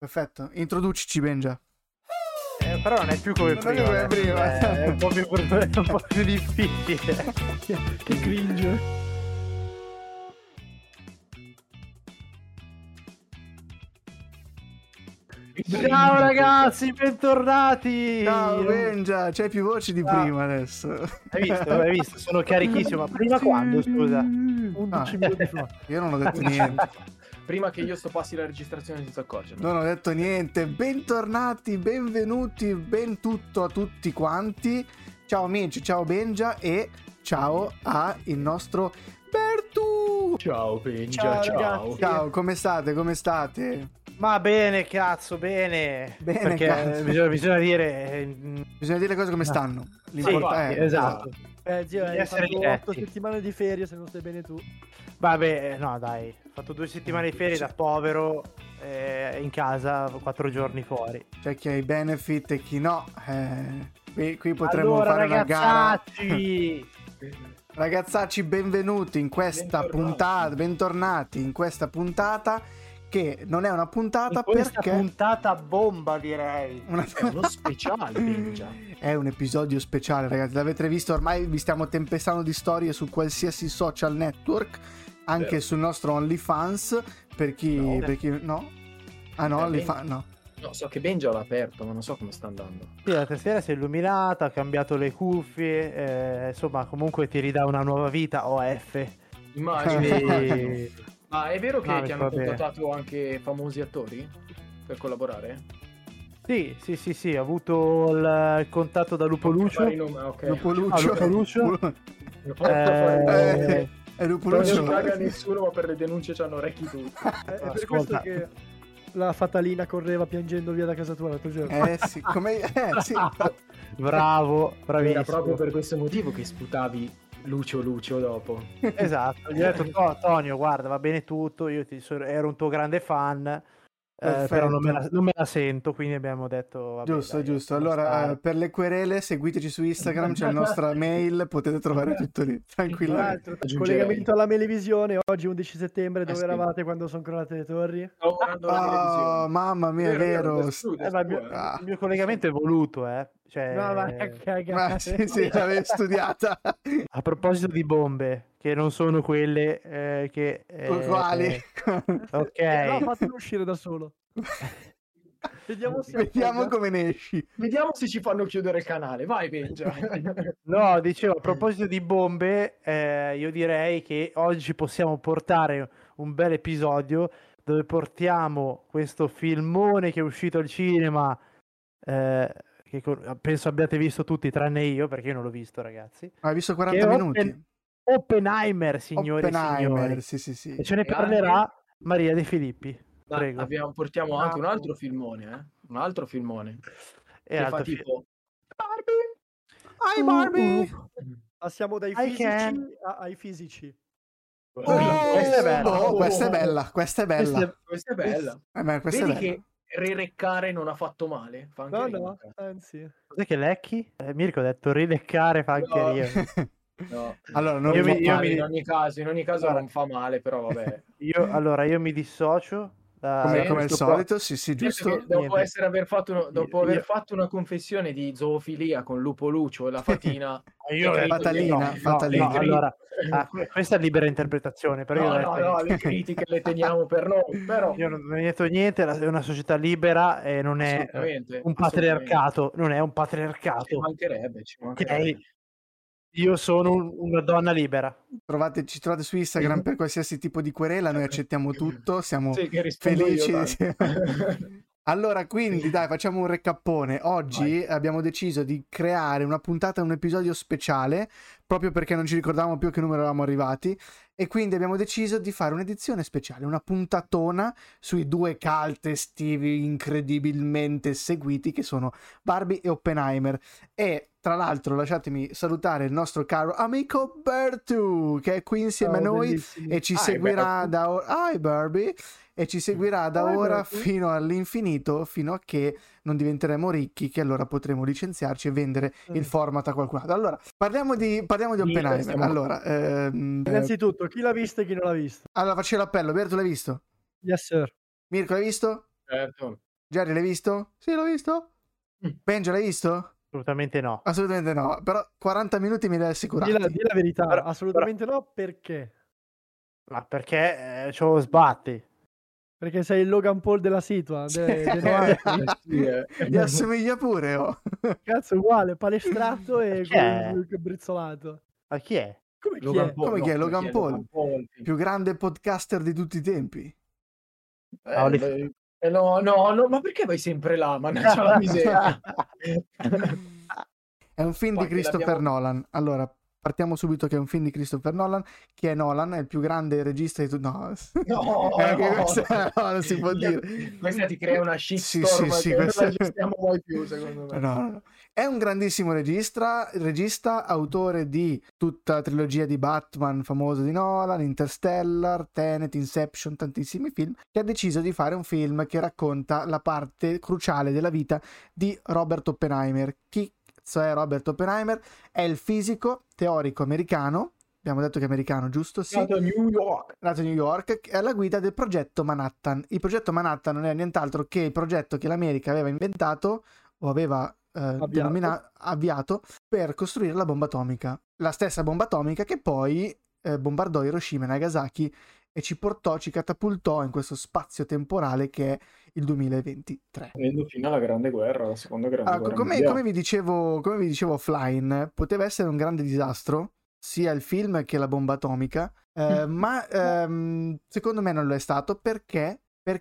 Perfetto, introducici Benja. Però non è più come Non è prima. come prima. È un po' più difficile. Che cringe. Ciao ragazzi, bentornati. Ciao Benja, c'hai più voci di Ciao. prima adesso. Hai visto? Sono carichissimo. Ma prima quando, scusa? 11 minuti fa. Io non ho detto niente. Prima che io stoppassi la registrazione senza accorgermi. Non ho detto niente. Bentornati, benvenuti, ben tutto a tutti quanti. Ciao amici, ciao Benja e ciao a il nostro Bertu. Ciao Benja, Ciao, ciao. ragazzi. Ciao, come state? Come state? Ma bene, cazzo, bene. Bene, Perché cazzo. bisogna dire. Bisogna dire le cose come stanno. infatti, Esatto. Zio, hai essere fatto diretti. 8 settimane di ferie se non stai bene tu. Vabbè, no, dai. Ho fatto 2 settimane di ferie da povero. In casa, 4 giorni fuori. C'è chi ha i benefit e chi no. Qui potremmo Allora, fare una gara. ragazzacci. Ragazzacci, benvenuti in questa puntata. Bentornati in questa puntata. Che non è una puntata In questa perché puntata bomba, direi. È uno speciale, Benja. è un episodio speciale, ragazzi. L'avete visto, ormai vi stiamo tempestando di storie su qualsiasi social network, anche Vero. sul nostro OnlyFans. Per chi No. per chi no? Ah no, OnlyFans no. No, so che Benja l'ha aperto, ma non so come sta andando. Sì, la tastiera si è illuminata, ha cambiato le cuffie, insomma, comunque ti ridà una nuova vita. OF. Immagini. Ma è vero che No, ti mi hanno fa bene. contattato anche famosi attori per collaborare? Sì, ho avuto il contatto da Lupo Lucio. Fare i nomi, ok. Lupo Ah, Lucio. Lupo Lucio. Non posso fare È Lupo non Lucio. ci paga nessuno, ma per le denunce c'hanno orecchi tutti. È per Ascolta. questo che la fatalina correva piangendo via da casa tua l'altro giorno. Sì, come sì. Bravo, bravissimo. Era proprio per questo motivo che sputavi Lucio dopo. Esatto, gli ho detto Tonio, guarda, va bene tutto, ero un tuo grande fan, però non me la sento, quindi abbiamo detto vabbè, Giusto, dai, giusto. lasciamo Allora, stare. per le querele seguiteci su Instagram, c'è la nostra mail, potete trovare tutto lì, Tra tranquillamente. l'altro, Aggiungerei. collegamento alla televisione, oggi 11 settembre, dove sì. eravate quando sono crollate le torri? Stavo guardando la Oh, televisione. mamma mia, è vero. Ma il mio collegamento è voluto, cioè, No, ma Ma cagare. sì, l'avevi studiata. a proposito di bombe, che non sono quelle che... Quali? ok, No, fatelo uscire da solo. Vediamo se Vediamo appoggia. come ne esci. Vediamo se ci fanno chiudere il canale. Vai, Benja. no, dicevo, a proposito di bombe, io direi che oggi possiamo portare un bel episodio dove portiamo questo filmone che è uscito al cinema, che penso abbiate visto tutti, tranne io, perché io non l'ho visto, ragazzi. Hai visto Che 40 è minuti? Oppenheimer, signori e Oppenheimer, signori. sì. E ce ne E parlerà Maria De Filippi. Ma Prego. portiamo anche un Bravo. altro filmone, Un altro filmone. E Che l'altro fa fi- tipo Hi Barbie! Passiamo dai I fisici can. ai fisici. questa è bella. Oh, questa è bella, questa è bella. Questa è bella. Ma questa Vedi è bella. che rileccare non ha fatto male? Fa anche No, rima, no, cazzo. anzi. Cos'è che lecchi? Mirko ha detto rileccare fa anche No. io. No. Allora, non Io mi- fa male. mi- in ogni caso Allora. non fa male, però vabbè. Io mi dissocio da Sì, come al questo solito, sì, giusto. Certo che dopo Niente. dopo aver Io- fatto una confessione di zoofilia con Lupo Lucio e la fatina, Io- le critiche- Fatalina, no, fatalina. le allora, questa è libera interpretazione, però no, le critiche le teniamo per noi, però io non ho detto niente, è una società libera e non è assolutamente, un patriarcato, non è un Ci patriarcato. mancherebbe. Ok? Io sono una donna libera. Ci trovate su Instagram per qualsiasi tipo di querela, noi accettiamo tutto, siamo Sì, che rispondo io, felici. tanto. Allora, quindi dai, facciamo un recappone. Oggi abbiamo deciso di creare una puntata, un episodio speciale, proprio perché non ci ricordavamo più a che numero eravamo arrivati, e quindi abbiamo deciso di fare un'edizione speciale, una puntatona sui due cult estivi incredibilmente seguiti che sono Barbie e Oppenheimer. E tra l'altro lasciatemi salutare il nostro caro amico Bertu, che è qui insieme a noi bellissimi. e ci Hi, seguirà Bertu. da ora. Hi Barbie! E ci seguirà da Hi, ora Bertu. fino all'infinito, fino a che non diventeremo ricchi, che allora potremo licenziarci e vendere il format a qualcun altro. Allora, parliamo di Oppenheimer. stiamo- Allora, Innanzitutto, chi l'ha visto e chi non l'ha visto? allora faccio l'appello. Berto, l'hai visto? Yes, sir. Mirko, l'hai visto? Certo. Jerry, l'hai visto? Sì, l'ho visto. Benjo, l'hai visto? Assolutamente no. Assolutamente no, però 40 minuti mi dai assicurati. Di la verità, Però- assolutamente no, perché? Ma perché ce lo sbatti? Perché sei il Logan Paul della situa, dei 90. Ti assomiglia pure, oh. Cazzo, uguale, palestrato e Chi è? con il brizzolato. Ma chi è? Come chi Logan è? Paul, Come chi è? no, Logan Paul? Più grande podcaster di tutti i tempi. No, ma perché vai sempre là? Mannaggia la miseria. È un film di Poi che Christopher l'abbiamo- Nolan. Allora, partiamo subito che è un film di Christopher Nolan. Chi è Nolan? È il più grande regista di tutti. No, No, Anche no, questa no, non si può dire. Questa ti crea una Sì, shitstorm sì, che questa- non la gestiamo mai più, secondo me. No. È un grandissimo regista, autore di tutta la trilogia di Batman famosa di Nolan, Interstellar, Tenet, Inception, tantissimi film, che ha deciso di fare un film che racconta la parte cruciale della vita di Robert Oppenheimer. Chi è Robert Oppenheimer? È il fisico teorico americano, abbiamo detto che è americano, giusto? Sì. Nato a New York. Nato a New York, che è alla guida del progetto Manhattan. Il progetto Manhattan non è nient'altro che il progetto che l'America aveva inventato o aveva avviato per costruire la bomba atomica. La stessa bomba atomica che poi bombardò Hiroshima e Nagasaki e ci catapultò in questo spazio temporale che è il 2023. Venendo fino alla Grande Guerra, la Seconda Grande Guerra Come mondiale. vi dicevo offline, poteva essere un grande disastro, sia il film che la bomba atomica, ma secondo me non lo è stato perché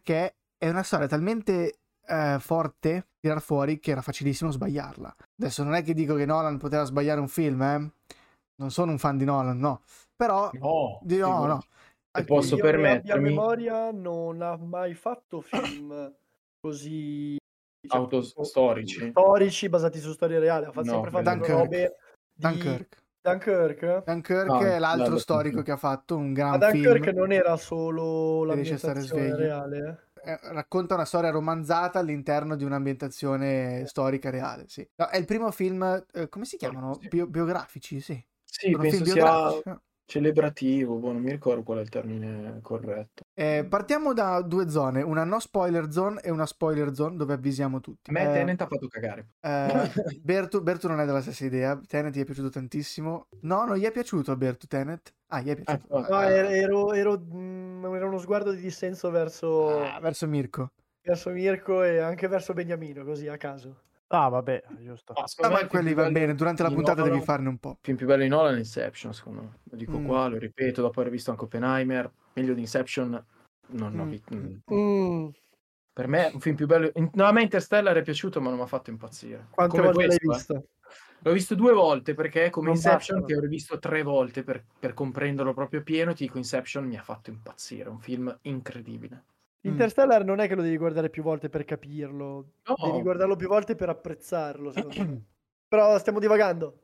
è una storia talmente forte tirar fuori che era facilissimo sbagliarla. Adesso non è che dico che Nolan poteva sbagliare un film, non sono un fan di Nolan, no, però no. Se posso Io ne abbia permettermi, memoria, non ha mai fatto film così autostorici. storici basati su storie reali. Ha No, sempre fatto Dunkirk. robe di Dunkirk è l'altro storico che ha fatto un gran Ma Dunkirk film. non era solo Se riesce a stare l'ambientazione sveglio. reale. Racconta una storia romanzata all'interno di un'ambientazione storica reale, sì. No, è il primo film, come si chiamano? Sì. Biografici, sì. Sì, Sono penso film sia biografici, no? celebrativo, non mi ricordo qual è il termine corretto. Partiamo da due zone, una no spoiler zone e una spoiler zone dove avvisiamo tutti. A me Tenet ha fatto cagare. Bertu non è della stessa idea. Tenet gli è piaciuto tantissimo. No, non gli è piaciuto a Bertu Tenet. Gli è piaciuto. No, era uno sguardo di dissenso verso Mirko. Verso Mirko e anche verso Beniamino, così a caso. Ah, vabbè, giusto. Ma quelli va bene, durante la puntata devi farne un po'. Il film più bello di Nolan è Inception, secondo me. Lo dico qua, lo ripeto, dopo aver visto anche Oppenheimer, meglio di Inception non ho visto. Per me un film più bello. No, a me Interstellar è piaciuto, ma non mi ha fatto impazzire. Quante come volte l'hai questo, visto? L'ho visto 2 volte perché come Non Inception bastano. che avrei visto 3 volte per comprenderlo proprio pieno. Ti dico, Inception mi ha fatto impazzire, è un film incredibile. Interstellar non è che lo devi guardare più volte per capirlo, devi guardarlo più volte per apprezzarlo, secondo me. Però stiamo divagando.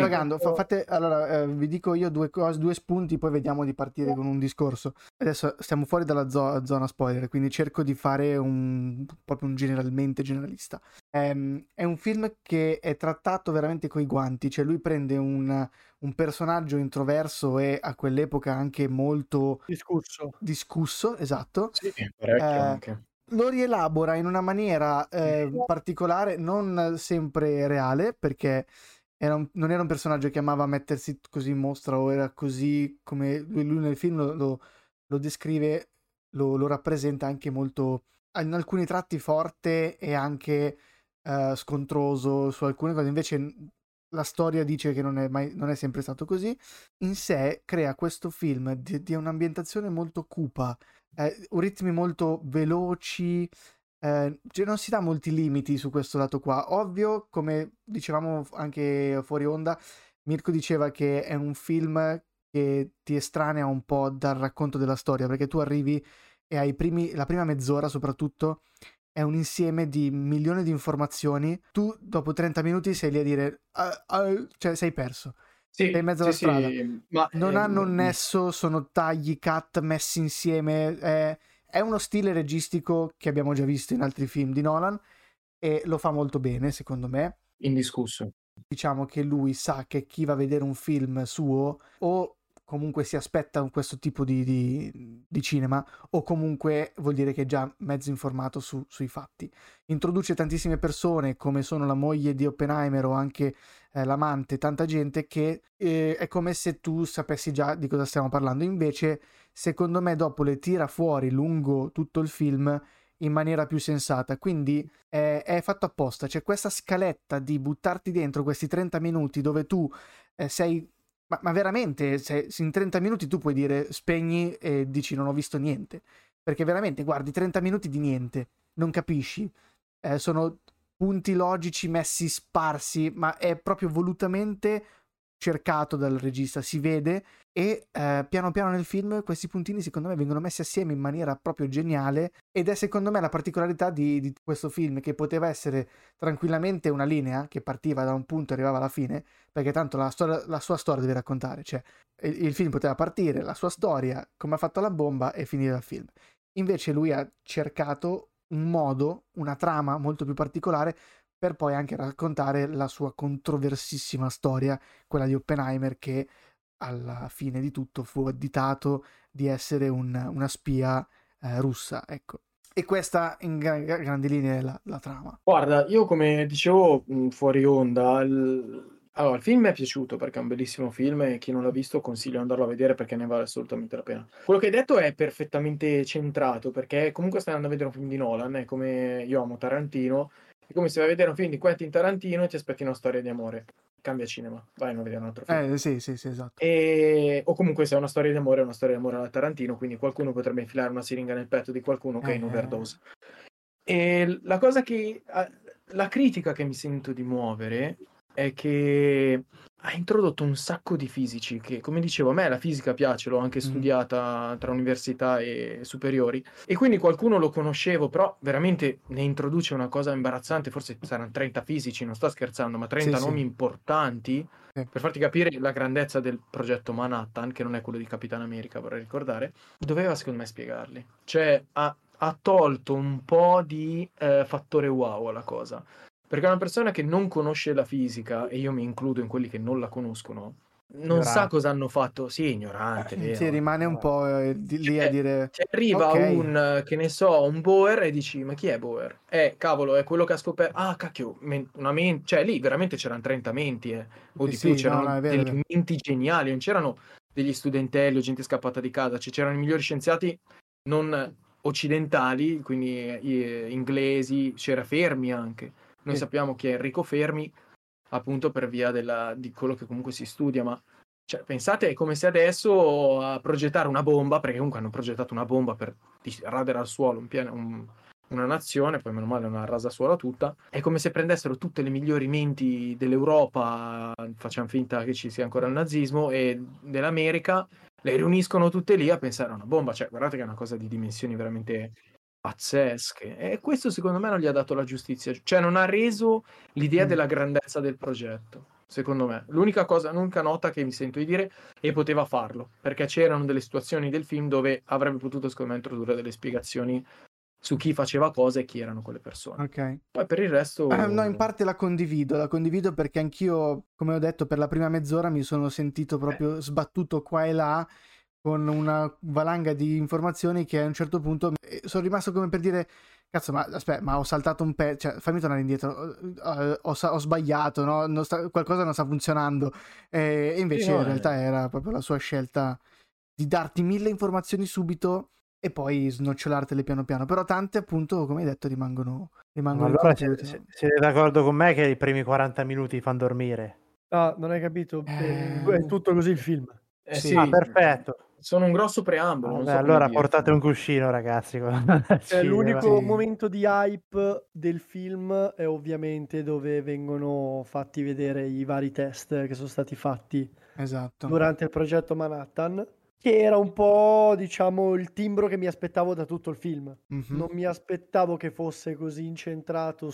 Allora, vi dico io due spunti, poi vediamo di partire con un discorso. Adesso stiamo fuori dalla zona spoiler, quindi cerco di fare proprio un generalista. È un film che è trattato veramente coi guanti, cioè lui prende un personaggio introverso e a quell'epoca anche molto discusso, esatto. Sì, parecchio anche. Lo rielabora in una maniera particolare, non sempre reale, perché non era un personaggio che amava mettersi così in mostra o era così come lui nel film lo descrive, lo rappresenta anche molto, in alcuni tratti forte e anche scontroso su alcune cose, invece la storia dice che non è sempre stato così. In sé crea questo film di un'ambientazione molto cupa, ritmi molto veloci, cioè non si dà molti limiti su questo lato qua. Ovvio, come dicevamo anche fuori onda, Mirko diceva che è un film che ti estranea un po' dal racconto della storia, perché tu arrivi e la prima mezz'ora soprattutto è un insieme di milioni di informazioni. Tu dopo 30 minuti sei lì a dire cioè sei perso. Sì, sei in mezzo alla strada. Ma non hanno un nesso, sono tagli, cut messi insieme. È uno stile registico che abbiamo già visto in altri film di Nolan e lo fa molto bene, secondo me. Indiscusso. Diciamo che lui sa che chi va a vedere un film suo o comunque si aspetta questo tipo di cinema, o comunque vuol dire che è già mezzo informato sui fatti. Introduce tantissime persone, come sono la moglie di Oppenheimer o anche l'amante, tanta gente che è come se tu sapessi già di cosa stiamo parlando. Invece, secondo me, dopo le tira fuori lungo tutto il film in maniera più sensata, quindi è fatto apposta. C'è questa scaletta di buttarti dentro questi 30 minuti dove tu sei... Ma veramente, in 30 minuti tu puoi dire spegni e dici non ho visto niente, perché veramente guardi 30 minuti di niente, non capisci, sono punti logici messi sparsi, ma è proprio volutamente cercato dal regista, si vede, e piano piano nel film questi puntini secondo me vengono messi assieme in maniera proprio geniale, ed è secondo me la particolarità di questo film, che poteva essere tranquillamente una linea che partiva da un punto e arrivava alla fine, perché tanto la sua storia deve raccontare, cioè il film poteva partire, la sua storia, come ha fatto la bomba, e finire il film. Invece lui ha cercato un modo, una trama molto più particolare, per poi anche raccontare la sua controversissima storia, quella di Oppenheimer, che alla fine di tutto fu additato di essere una spia russa, ecco. E questa in grandi linee è la trama. Guarda, io come dicevo fuori onda, allora, il film mi è piaciuto perché è un bellissimo film e chi non l'ha visto consiglio di andarlo a vedere perché ne vale assolutamente la pena. Quello che hai detto è perfettamente centrato, perché comunque stai andando a vedere un film di Nolan, è come io amo Tarantino, è come se vai a vedere un film di Quentin Tarantino e ti aspetti una storia di amore. Cambia cinema, vai a vedere un altro film. Sì, esatto. O comunque se è una storia di amore, è una storia di amore alla Tarantino, quindi qualcuno potrebbe infilare una siringa nel petto di qualcuno che è in overdose. E la cosa la critica che mi sento di muovere è che ha introdotto un sacco di fisici che, come dicevo, a me la fisica piace, l'ho anche studiata tra università e superiori, e quindi qualcuno lo conoscevo, però veramente ne introduce una cosa imbarazzante, forse saranno 30 fisici, non sto scherzando, ma 30 nomi importanti, per farti capire la grandezza del progetto Manhattan, che non è quello di Capitan America, vorrei ricordare, doveva secondo me spiegarli. Cioè ha tolto un po' di fattore wow alla cosa, perché una persona che non conosce la fisica, e io mi includo in quelli che non la conoscono, non sa cosa hanno fatto. Sì, ignorante, vero. Sì, rimane un po' lì a dire... Ti arriva che ne so, un Boer e dici, ma chi è Boer? Cavolo, è quello che ha scoperto... Ah, cacchio, cioè lì veramente c'erano 30 menti, o di più, c'erano delle menti geniali, non c'erano degli studentelli o gente scappata di casa, c'erano i migliori scienziati non occidentali, quindi inglesi, c'era Fermi anche. Noi sappiamo chi è Enrico Fermi, appunto per via di quello che comunque si studia, ma cioè, pensate, è come se adesso a progettare una bomba, perché comunque hanno progettato una bomba per radere al suolo una nazione, poi meno male non arrasa suolo tutta, è come se prendessero tutte le migliori menti dell'Europa, facciamo finta che ci sia ancora il nazismo, e dell'America, le riuniscono tutte lì a pensare a una bomba. Cioè, guardate che è una cosa di dimensioni veramente pazzesche, e questo secondo me non gli ha dato la giustizia, cioè non ha reso l'idea della grandezza del progetto, secondo me. L'unica nota che mi sento di dire, e poteva farlo, perché c'erano delle situazioni del film dove avrebbe potuto secondo me introdurre delle spiegazioni su chi faceva cosa e chi erano quelle persone. Poi per il resto no, in parte la condivido perché anch'io, come ho detto, per la prima mezz'ora mi sono sentito proprio sbattuto qua e là con una valanga di informazioni che a un certo punto sono rimasto come per dire, cazzo, ma aspetta, ma ho saltato un pezzo, cioè fammi tornare indietro, ho sbagliato, no? Qualcosa non sta funzionando, e invece in realtà era proprio la sua scelta di darti 1000 informazioni subito e poi snocciolartele piano piano, però tante appunto, come hai detto, rimangono allora siete d'accordo con me che i primi 40 minuti fanno dormire? No, non hai capito, è tutto così il film. Sì. Perfetto. Sono un grosso preambolo. Non so allora portate un cuscino, ragazzi. L'unico momento di hype del film è ovviamente dove vengono fatti vedere i vari test che sono stati fatti durante il progetto Manhattan, che era un po', diciamo, il timbro che mi aspettavo da tutto il film. Non mi aspettavo che fosse così incentrato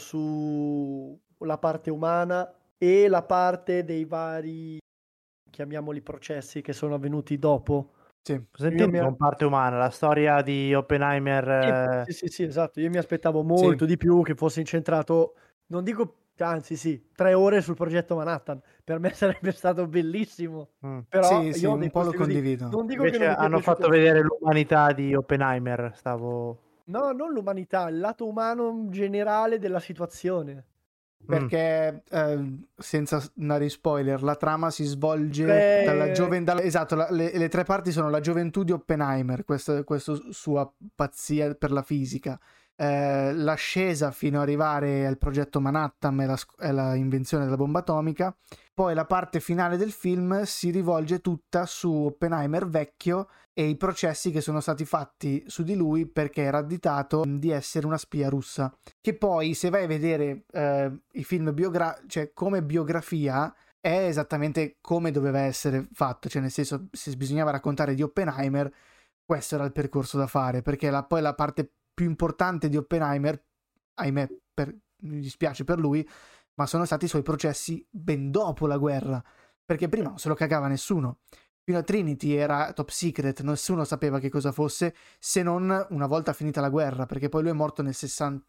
sulla parte umana e la parte dei vari, chiamiamoli, processi che sono avvenuti dopo. Con parte umana, la storia di Oppenheimer. Sì, esatto. Io mi aspettavo molto di più, che fosse incentrato, non dico Anzi sì, 3 ore sul progetto Manhattan. Per me sarebbe stato bellissimo. Però sì, io un po' lo condivido. Non dico invece che non mi hanno fatto vedere l'umanità di Oppenheimer. No, non l'umanità, il lato umano generale della situazione. Perché senza dare spoiler, la trama si svolge dalla gioventù. Esatto, le 3 parti sono la gioventù di Oppenheimer, questa sua pazzia per la fisica, l'ascesa fino ad arrivare al progetto Manhattan e la invenzione della bomba atomica. Poi la parte finale del film si rivolge tutta su Oppenheimer vecchio e i processi che sono stati fatti su di lui perché era additato di essere una spia russa. Che poi, se vai a vedere i film cioè come biografia, è esattamente come doveva essere fatto. Cioè, nel senso, se bisognava raccontare di Oppenheimer, questo era il percorso da fare. Perché poi la parte più importante di Oppenheimer, ahimè, mi dispiace per lui, ma sono stati i suoi processi ben dopo la guerra. Perché prima non se lo cagava nessuno. Fino a Trinity era top secret, nessuno sapeva che cosa fosse, se non una volta finita la guerra, perché poi lui è morto nel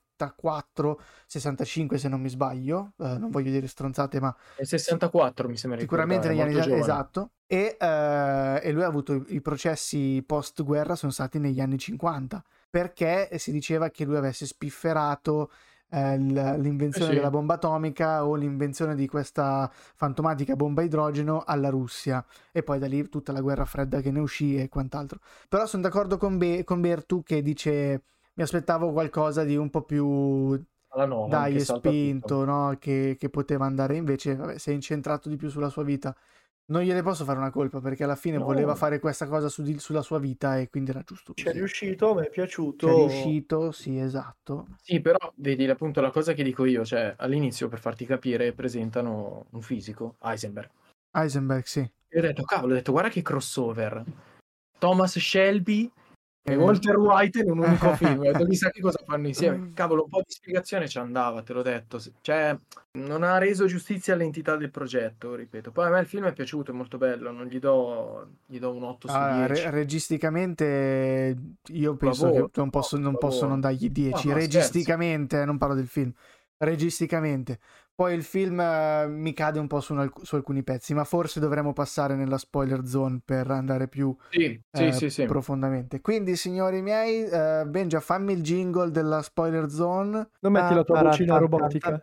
64-65 se non mi sbaglio, non voglio dire stronzate, ma nel 64 mi sembra sicuramente negli anni giovane. Esatto, e lui ha avuto i processi post guerra sono stati negli anni 50, perché si diceva che lui avesse spifferato l'invenzione della bomba atomica o l'invenzione di questa fantomatica bomba a idrogeno alla Russia, e poi da lì tutta la guerra fredda che ne uscì e quant'altro. Però sono d'accordo con Bertu che dice mi aspettavo qualcosa di un po' più dai e spinto, no? che poteva andare, invece vabbè, si è incentrato di più sulla sua vita. Non gliene posso fare una colpa perché alla fine voleva fare questa cosa sulla sua vita e quindi era giusto così. C'è riuscito, mi è piaciuto. C'è riuscito, sì, esatto. Sì, però vedi appunto la cosa che dico io, cioè all'inizio per farti capire presentano un fisico, Heisenberg, sì. E ho detto, cavolo, guarda che crossover. Thomas Shelby e Walter White in un unico film. Ho detto, chissà che cosa fanno insieme. Cavolo, un po' di spiegazione ci andava, te l'ho detto. Cioè, non ha reso giustizia all'entità del progetto, ripeto. Poi a me il film è piaciuto, è molto bello, non gli do un 8 su 10. Registicamente io penso che non posso non dargli 10. No, registicamente, non parlo del film. Registicamente. Poi il film mi cade un po' su alcuni pezzi, ma forse dovremmo passare nella spoiler zone per andare più sì. profondamente. Quindi, signori miei, Benja, fammi il jingle della spoiler zone. Non metti la tua vocina robotica.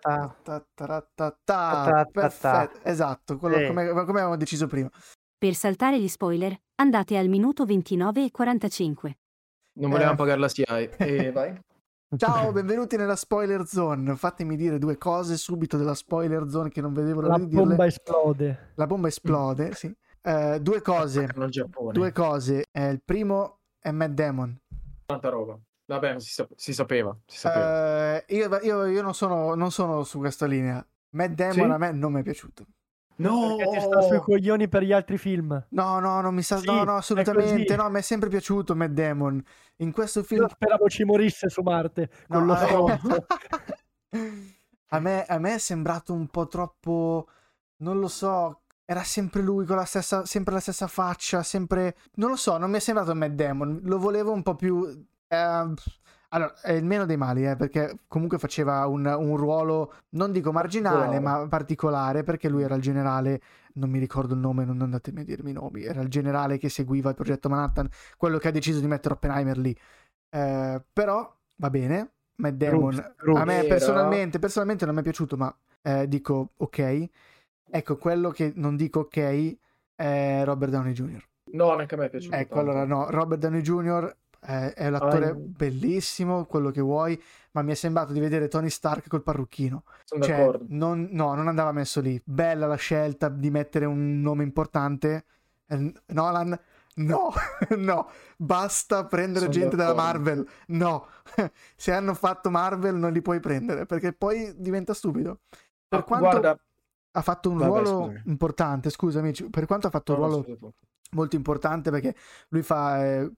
Perfetto, esatto, come avevamo deciso prima. Per saltare gli spoiler, andate al minuto 29:45. Non volevamo pagare la SIAE. Vai. Ciao, benvenuti nella spoiler zone. Fatemi dire 2 cose subito della spoiler zone che non vedevo l'ora di dirle. La bomba esplode, sì. 2 cose. Il primo è Matt Damon. Tanta roba. Vabbè, si sapeva. Io non sono su questa linea. Matt Damon a me non mi è piaciuto. No, perché ti sta sui coglioni per gli altri film. No, non mi sta. No, assolutamente. No, mi è sempre piaciuto Matt Damon. In questo film. Io speravo ci morisse su Marte. Con lo stronzo. A me è sembrato un po' troppo. Non lo so. Era sempre lui con sempre la stessa faccia. Sempre. Non lo so, non mi è sembrato Matt Damon. Lo volevo un po' più. Allora, è il meno dei mali, perché comunque faceva un ruolo, non dico marginale, ma particolare, perché lui era il generale, non mi ricordo il nome, non andatemi a dirmi i nomi, era il generale che seguiva il progetto Manhattan, quello che ha deciso di mettere Oppenheimer lì. Però, va bene, Matt Damon, a me personalmente non mi è piaciuto, ma dico ok. Ecco, quello che non dico ok è Robert Downey Jr. No, neanche a me è piaciuto. Ecco, allora no, Robert Downey Jr. È un attore bellissimo, quello che vuoi, ma mi è sembrato di vedere Tony Stark col parrucchino. Sono d'accordo. Non andava messo lì. Bella la scelta di mettere un nome importante. Nolan, no, basta prendere gente dalla Marvel. No, se hanno fatto Marvel non li puoi prendere perché poi diventa stupido. Per quanto ha fatto un ruolo importante, scusami, per quanto ha fatto un ruolo molto importante, perché lui fa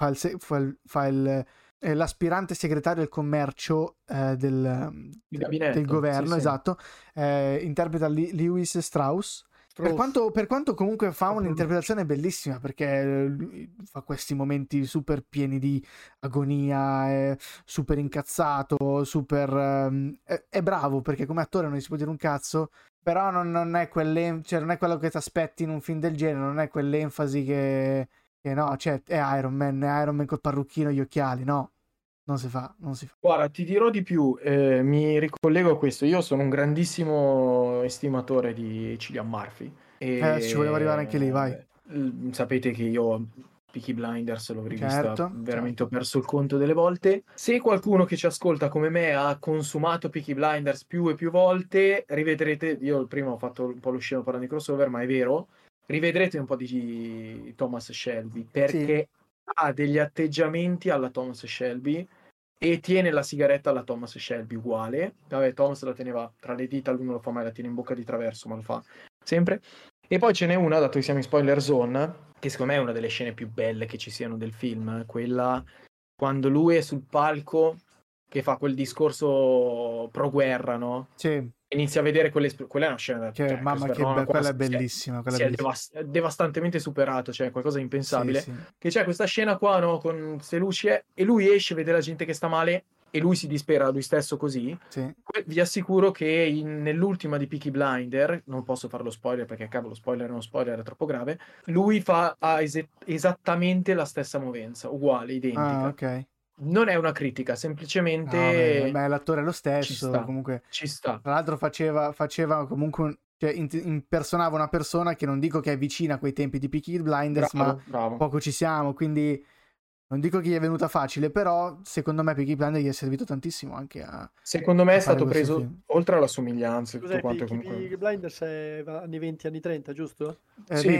l'aspirante segretario del commercio del governo, sì, esatto. Interpreta Lewis Strauss, Per quanto comunque fa un'interpretazione bellissima, perché lui fa questi momenti super pieni di agonia, super incazzato, super... è bravo, perché come attore non gli si può dire un cazzo, però non è non è quello che ti aspetti in un film del genere, non è quell'enfasi che no, cioè è Iron Man col parrucchino e gli occhiali, no. Non si fa. Guarda, ti dirò di più, mi ricollego a questo. Io sono un grandissimo estimatore di Cillian Murphy. Ci voleva arrivare anche lì, vai. Sapete che io Peaky Blinders l'ho rivista certo. Ho perso il conto delle volte. Se qualcuno che ci ascolta come me ha consumato Peaky Blinders più e più volte, rivedrete, io il primo ho fatto un po' lo scemo parlando di crossover, ma è vero, rivedrete un po' di Thomas Shelby, perché ha degli atteggiamenti alla Thomas Shelby e tiene la sigaretta alla Thomas Shelby uguale. Vabbè, Thomas la teneva tra le dita, lui non lo fa mai, la tiene in bocca di traverso, ma lo fa sempre. E poi ce n'è una, dato che siamo in spoiler zone, che secondo me è una delle scene più belle che ci siano del film, quella quando lui è sul palco che fa quel discorso pro guerra, no? Sì. Inizia a vedere quella è una scena mamma che quella è bellissima, si è devastantemente superato, cioè qualcosa di impensabile, che c'è questa scena qua, no, con queste luci e lui esce, vede la gente che sta male e lui si dispera lui stesso così. Vi assicuro che nell'ultima di Peaky Blinder, non posso fare lo spoiler perché cavolo, spoiler è uno spoiler, è troppo grave, lui ha esattamente la stessa movenza, uguale, identica. Ok. Non è una critica, semplicemente l'attore è lo stesso, comunque ci sta. Tra l'altro faceva comunque impersonava una persona che non dico che è vicina a quei tempi di Peaky Blinders, bravo. Poco ci siamo, quindi non dico che gli è venuta facile, però secondo me Peaky Blinders gli è servito tantissimo anche a... Secondo me è stato preso film. Oltre alla somiglianza. Scusa, Peaky Blinders è anni 20, anni 30, giusto? Sì,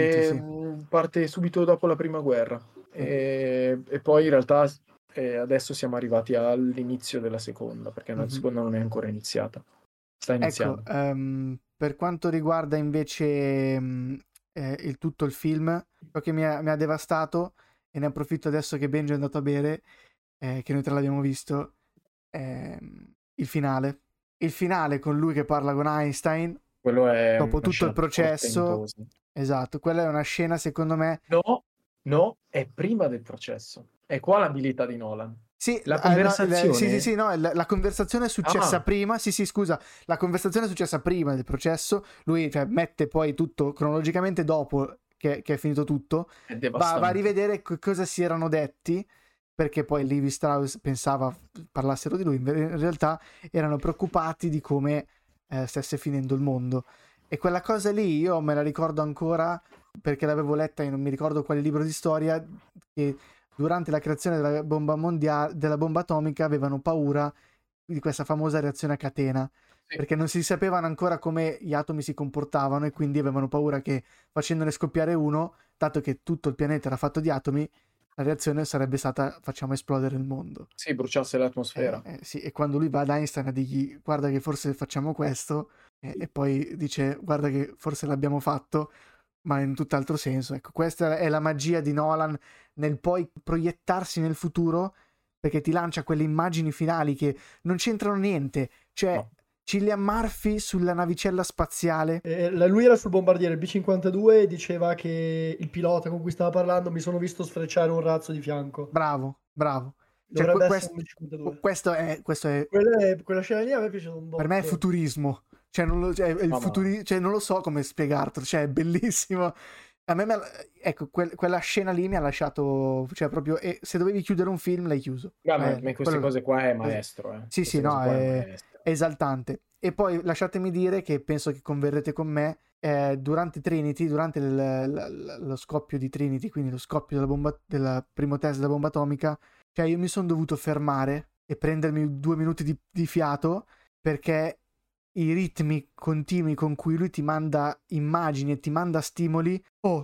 parte subito dopo la prima guerra e poi in realtà adesso siamo arrivati all'inizio della seconda, perché la seconda non è ancora iniziata. Sta iniziando. Ecco, per quanto riguarda invece tutto il film, ciò che mi ha devastato, e ne approfitto adesso che Benji è andato a bere, che noi tre l'abbiamo visto, il finale con lui che parla con Einstein, quello è dopo tutto il processo. Esatto, quella è una scena secondo me... No, è prima del processo. È qua l'abilità di Nolan. Sì, la conversazione. La conversazione è successa prima. Scusa, la conversazione è successa prima del processo. Lui mette poi tutto cronologicamente dopo che è finito tutto. Va a rivedere cosa si erano detti, perché poi Levi Strauss pensava parlassero di lui, in realtà erano preoccupati di come stesse finendo il mondo. E quella cosa lì io me la ricordo ancora perché l'avevo letta in non mi ricordo quale libro di storia, che durante la creazione della bomba mondiale, della bomba atomica, avevano paura di questa famosa reazione a catena, perché non si sapevano ancora come gli atomi si comportavano e quindi avevano paura che facendone scoppiare uno, dato che tutto il pianeta era fatto di atomi, la reazione sarebbe stata facciamo esplodere il mondo. Sì, bruciasse l'atmosfera. Sì, e quando lui va ad Einstein a dirgli guarda che forse facciamo questo, e poi dice guarda che forse l'abbiamo fatto, ma in tutt'altro senso. Ecco, questa è la magia di Nolan nel poi proiettarsi nel futuro, perché ti lancia quelle immagini finali che non c'entrano niente, cioè Cillian Murphy sulla navicella spaziale. Lui era sul bombardiere, il B-52, e diceva che il pilota con cui stava parlando mi sono visto sfrecciare un razzo di fianco. Bravo. Dovrebbe essere un B-52. Questo è... Quella scena lì a me piace un botto. Per me è futurismo. Non lo so come spiegartelo, cioè è bellissimo. A me ecco, quella scena lì mi ha lasciato, cioè proprio, e se dovevi chiudere un film l'hai chiuso. Ma queste cose qua è maestro. Sì, no, è esaltante. E poi lasciatemi dire che penso che converrete con me, durante Trinity, durante lo scoppio di Trinity, quindi lo scoppio del primo test della bomba atomica, cioè io mi sono dovuto fermare e prendermi 2 minuti di fiato, perché i ritmi continui con cui lui ti manda immagini e ti manda stimoli,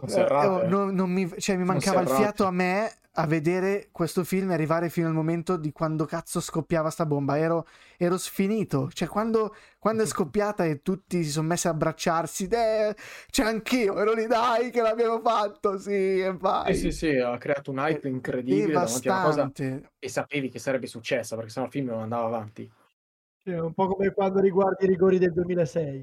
mi mancava il fiato a me a vedere questo film e arrivare fino al momento di quando cazzo scoppiava sta bomba. Ero sfinito, cioè quando è scoppiata e tutti si sono messi a abbracciarsi, cioè anch'io ero lì, dai che l'abbiamo fatto, sì, e vai. Sì, ha creato un hype incredibile davanti a una cosa e sapevi che sarebbe successa, perché sennò il film non andava avanti. È un po' come quando riguardi i rigori del 2006.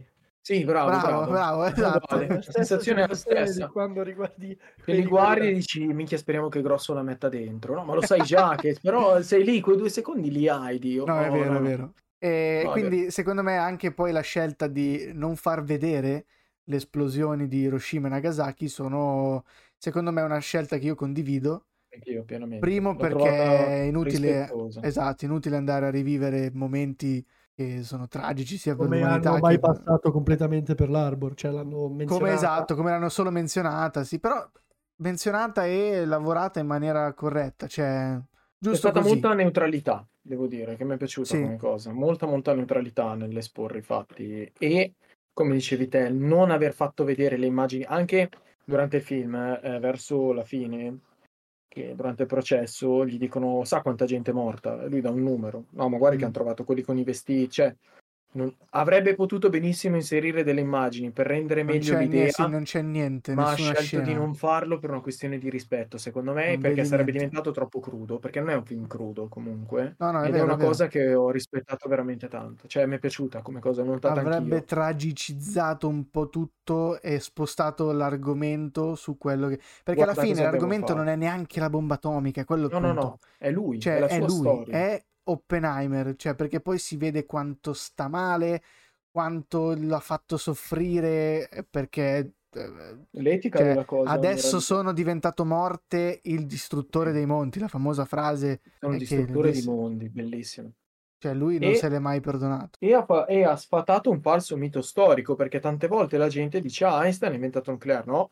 Sì, bravo. Esatto. La sensazione è la stessa. Quando riguardi che li guardi e dici, minchia, speriamo che Grosso la metta dentro, no? Ma lo sai già che però sei lì, quei 2 secondi li hai, Dio. No, è vero, è vero. E No, quindi secondo me anche poi la scelta di non far vedere le esplosioni di Hiroshima e Nagasaki sono, secondo me, una scelta che io condivido. Anch'io, pienamente. Primo perché è inutile, esatto, inutile andare a rivivere momenti che sono tragici sia per l'umanità hanno mai passato completamente per l'Arbor, cioè l'hanno menzionata. come l'hanno solo menzionata, sì, però menzionata e lavorata in maniera corretta, cioè giusto. C'è stata così. molta neutralità, devo dire, che mi è piaciuta come cosa, molta neutralità nell'esporre i fatti e, come dicevi te, non aver fatto vedere le immagini anche durante il film, verso la fine, che durante il processo gli dicono sa quanta gente è morta, e lui dà un numero, no ma guarda che hanno trovato quelli con i vestiti, cioè avrebbe potuto benissimo inserire delle immagini per rendere meglio l'idea, non c'è niente, ma ha scelto di non farlo per una questione di rispetto, secondo me, perché sarebbe diventato troppo crudo, perché non è un film crudo comunque, ed è una cosa che ho rispettato veramente tanto, cioè mi è piaciuta come cosa, l'ho notata anch'io. Avrebbe tragicizzato un po' tutto e spostato l'argomento su quello che... Perché alla fine l'argomento non è neanche la bomba atomica, quello è il punto. No, è lui, cioè, è la sua storia. È Oppenheimer, cioè perché poi si vede quanto sta male, quanto l'ha fatto soffrire, perché l'etica della cosa adesso sono diventato morte il distruttore dei monti, la famosa frase sono distruttore di mondi, bellissimo, cioè lui non se l'è mai perdonato e ha sfatato un falso mito storico, perché tante volte la gente dice Einstein ha inventato il nucleare, no.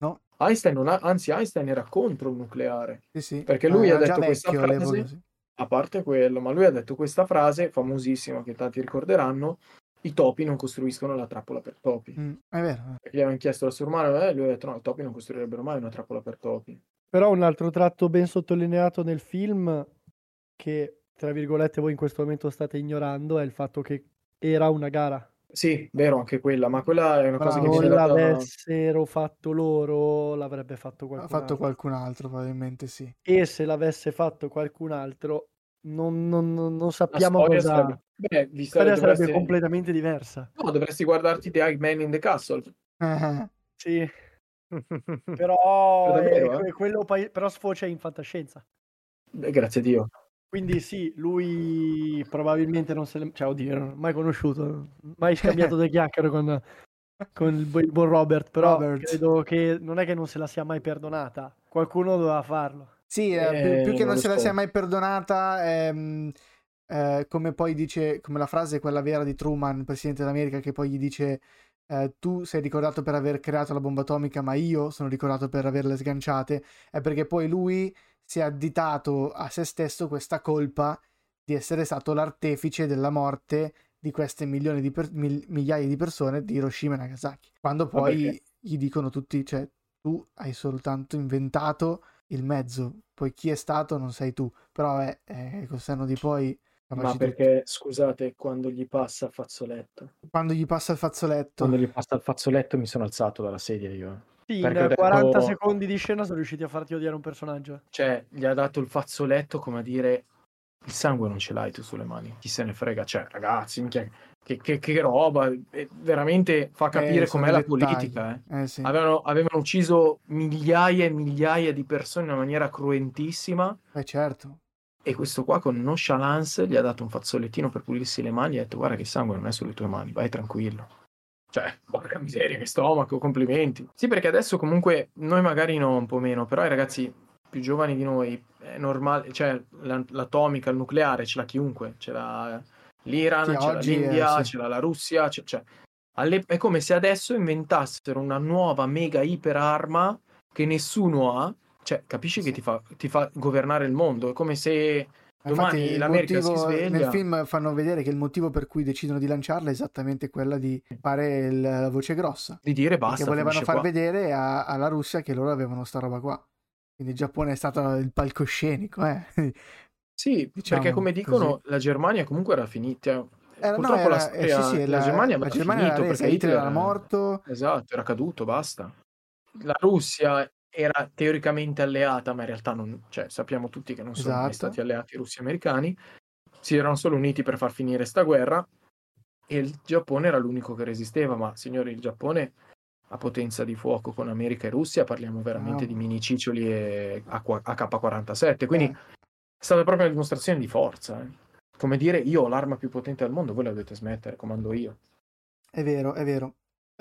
Einstein era contro il nucleare, sì. Perché lui ha detto questa frase, sì. A parte quello, ma lui ha detto questa frase famosissima che tanti ricorderanno: i topi non costruiscono la trappola per topi. È vero. Perché gli avevano chiesto all'essere umano e lui ha detto no, i topi non costruirebbero mai una trappola per topi. Però un altro tratto ben sottolineato nel film, che tra virgolette voi in questo momento state ignorando, è il fatto che era una gara. Sì, vero, anche quella, ma quella è una cosa che non l'avessero fatto loro, l'avrebbe fatto qualcun altro. Ha fatto qualcun altro, probabilmente sì. E se l'avesse fatto qualcun altro, non sappiamo cosa. La storia sarebbe completamente diversa. No, dovresti guardarti The Eggman in the Castle. Sì. Però quello però sfocia in fantascienza. Grazie a Dio. Quindi sì, lui probabilmente non se l'è... Cioè, oddio, non l'ho mai conosciuto, mai scambiato delle chiacchiere con il buon Robert, però credo che non è che non se la sia mai perdonata. Qualcuno doveva farlo. Sì, più che non se la sia mai perdonata, come poi dice, come la frase quella vera di Truman, presidente d'America, che poi gli dice tu sei ricordato per aver creato la bomba atomica, ma io sono ricordato per averle sganciate, è perché poi lui si è additato a se stesso questa colpa di essere stato l'artefice della morte di queste migliaia di persone di Hiroshima e Nagasaki. Quando poi gli dicono tutti, cioè, tu hai soltanto inventato il mezzo, poi chi è stato non sei tu, però col senno di poi... Ma perché, scusate, quando gli passa il fazzoletto? Quando gli passa il fazzoletto mi sono alzato dalla sedia io. Sì, in 40 secondi di scena sono riusciti a farti odiare un personaggio. Cioè, gli ha dato il fazzoletto come a dire: il sangue non ce l'hai tu sulle mani, chi se ne frega. Cioè, ragazzi, che roba, veramente fa capire com'è la politica. Sì. Avevano ucciso migliaia e migliaia di persone in una maniera cruentissima. Certo. E questo qua con nonchalance gli ha dato un fazzolettino per pulirsi le mani e ha detto: guarda che il sangue non è sulle tue mani, vai tranquillo. Cioè, porca miseria, che stomaco, complimenti. Sì, perché adesso comunque noi magari no, un po' meno, però i ragazzi più giovani di noi è normale, cioè l'atomica, il nucleare ce l'ha chiunque, ce l'ha l'Iran, ce l'ha l'India, ce l'ha la Russia, è come se adesso inventassero una nuova mega iper arma che nessuno ha, cioè capisci che ti fa governare il mondo, è come se domani l'America si sveglia. Nel film fanno vedere che il motivo per cui decidono di lanciarla è esattamente quella di fare la voce grossa, di dire basta, perché volevano far vedere alla Russia che loro avevano sta roba qua, quindi il Giappone è stato il palcoscenico sì, diciamo, perché come dicono così. La Germania comunque era finita, purtroppo la Germania aveva finito perché Hitler era morto, esatto, era caduto, basta. La Russia era teoricamente alleata, ma in realtà non, cioè sappiamo tutti che non sono mai stati alleati russi e americani, si erano solo uniti per far finire sta guerra e il Giappone era l'unico che resisteva, ma signori, il Giappone a potenza di fuoco con America e Russia, parliamo veramente di mini ciccioli e AK-47, quindi è stata proprio una dimostrazione di forza. Come dire, io ho l'arma più potente al mondo, voi la dovete smettere, comando io. È vero, è vero.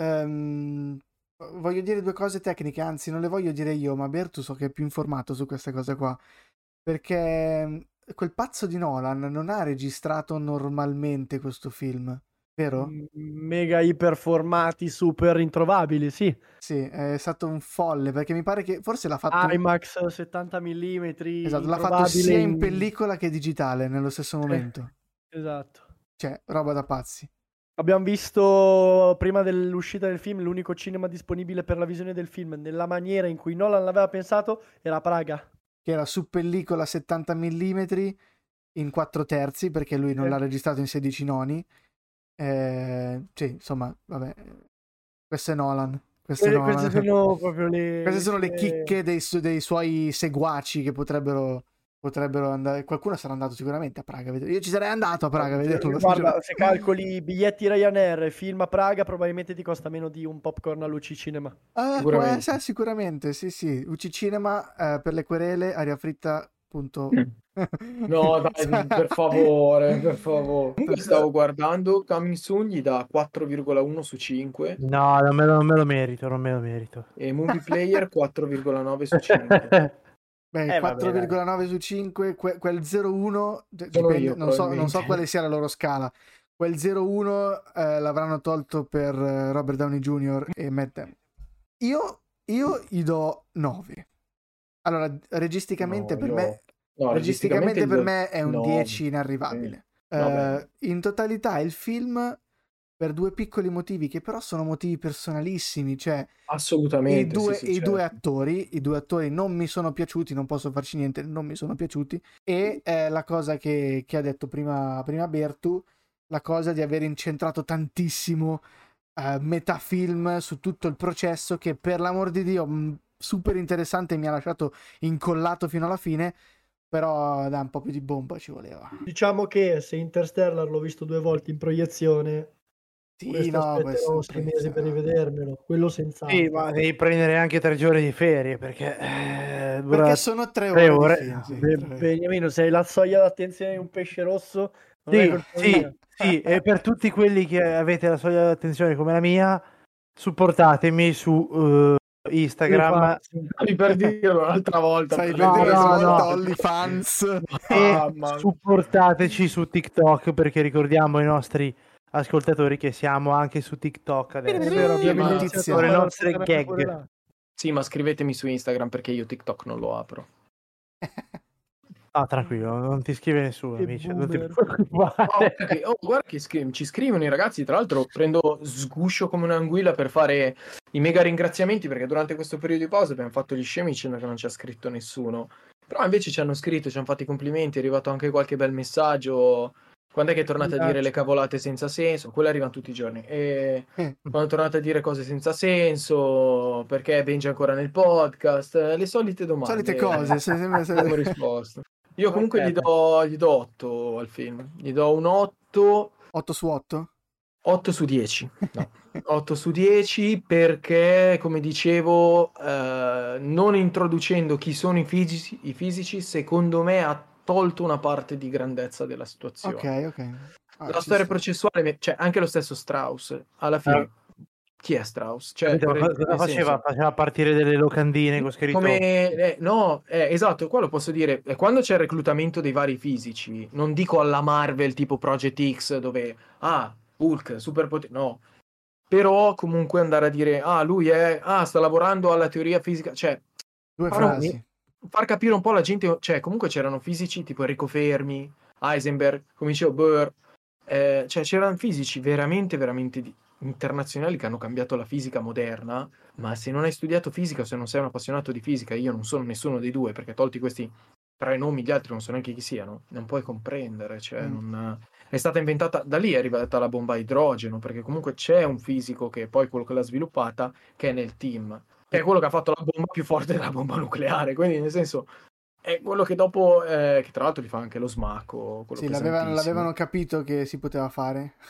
Voglio dire due cose tecniche, anzi non le voglio dire io, ma Bertu so che è più informato su queste cose qua, perché quel pazzo di Nolan non ha registrato normalmente questo film, vero? Mega iperformati, super introvabili, sì. Sì, è stato un folle, perché mi pare che forse l'ha fatto... IMAX 70 mm. Esatto, l'ha fatto sia in pellicola che digitale nello stesso momento. Esatto. Cioè, roba da pazzi. Abbiamo visto prima dell'uscita del film, l'unico cinema disponibile per la visione del film nella maniera in cui Nolan l'aveva pensato era Praga. Che era su pellicola 70 mm in 4 terzi, perché lui non l'ha registrato in 16 noni. Sì, insomma, vabbè. Questo è Nolan. Queste sono proprio queste sono le chicche dei suoi seguaci che potrebbero andare. Qualcuno sarà andato sicuramente a Praga. Io ci sarei andato a Praga a vederlo. Guarda, se calcoli i biglietti Ryanair e film a Praga, probabilmente ti costa meno di un popcorn all'UC Cinema. Sicuramente. Sicuramente, sì. UC Cinema per le querele, ariafritta. No, dai, per favore. Comunque stavo guardando, Coming Soon gli dà 4,1 su 5. No, non me lo merito. E Movie Player 4,9 su 5. Beh, 4,9 su 5, quel 0,1 dipende, non so quale sia la loro scala. Quel 0,1 l'avranno tolto per Robert Downey Jr. e Matt Damon. Io gli do 9. Allora, registicamente per me è un 10 inarrivabile. In totalità il film, per due piccoli motivi che però sono motivi personalissimi, cioè assolutamente i due attori non mi sono piaciuti, non posso farci niente, non mi sono piaciuti, e la cosa che ha detto prima Bertu, la cosa di aver incentrato tantissimo metafilm su tutto il processo, che per l'amor di Dio super interessante, mi ha lasciato incollato fino alla fine, però un po' più di bomba ci voleva. Diciamo che se Interstellar l'ho visto 2 volte in proiezione, aspetterò 6 mesi per rivedermelo, quello senz'altro. Sì, ma devi prendere anche 3 giorni di ferie, perché sono 3 ore. Beniamino, sei la soglia d'attenzione di un pesce rosso. Sì, e per tutti quelli che avete la soglia d'attenzione come la mia, supportatemi su Instagram, per dirlo un'altra volta, OnlyFans, e supportateci su TikTok, perché ricordiamo ai nostri ascoltatori che siamo anche su TikTok adesso, le nostre gag. Sì, ma scrivetemi su Instagram, perché io TikTok non lo apro. Ah, tranquillo, non ti scrive nessuno, amici, non ti preoccupare. Guarda che ci scrivono i ragazzi, tra l'altro prendo sguscio come un'anguilla per fare i mega ringraziamenti, perché durante questo periodo di pausa abbiamo fatto gli scemi dicendo che non ci ha scritto nessuno, però invece ci hanno scritto, ci hanno fatto i complimenti, è arrivato anche qualche bel messaggio. Quando è che tornate a dire le cavolate senza senso? Quelle arrivano tutti i giorni. E quando tornate a dire cose senza senso, perché Benji è ancora nel podcast, le solite domande. Solite cose, abbiamo risposto. Io comunque gli do 8 al film. Gli do un 8. 8 su 8? 8 su 10. No. 8 su 10 perché, come dicevo, non introducendo chi sono i fisici, secondo me ha tolto una parte di grandezza della situazione. Ok. La storia processuale, cioè anche lo stesso Strauss, alla fine... Chi è Strauss? Cioè, cosa faceva? Faceva partire delle locandine con scritto... esatto, qua lo posso dire. Quando c'è il reclutamento dei vari fisici, non dico alla Marvel tipo Project X, dove Hulk, superpotere, no. Però comunque andare a dire lui sta lavorando alla teoria fisica, cioè due frasi. Far capire un po' la gente, cioè comunque c'erano fisici tipo Enrico Fermi, Heisenberg, come dicevo Bohr, cioè c'erano fisici veramente internazionali che hanno cambiato la fisica moderna, ma se non hai studiato fisica o se non sei un appassionato di fisica, io non sono nessuno dei due, perché tolti questi 3 nomi, gli altri non so neanche chi siano, non puoi comprendere, cioè è stata inventata, da lì è arrivata la bomba a idrogeno, perché comunque c'è un fisico che è poi quello che l'ha sviluppata, che è nel team, che è quello che ha fatto la bomba più forte della bomba nucleare, quindi nel senso è quello che dopo, che tra l'altro gli fa anche lo smacco. Sì, l'avevano capito che si poteva fare.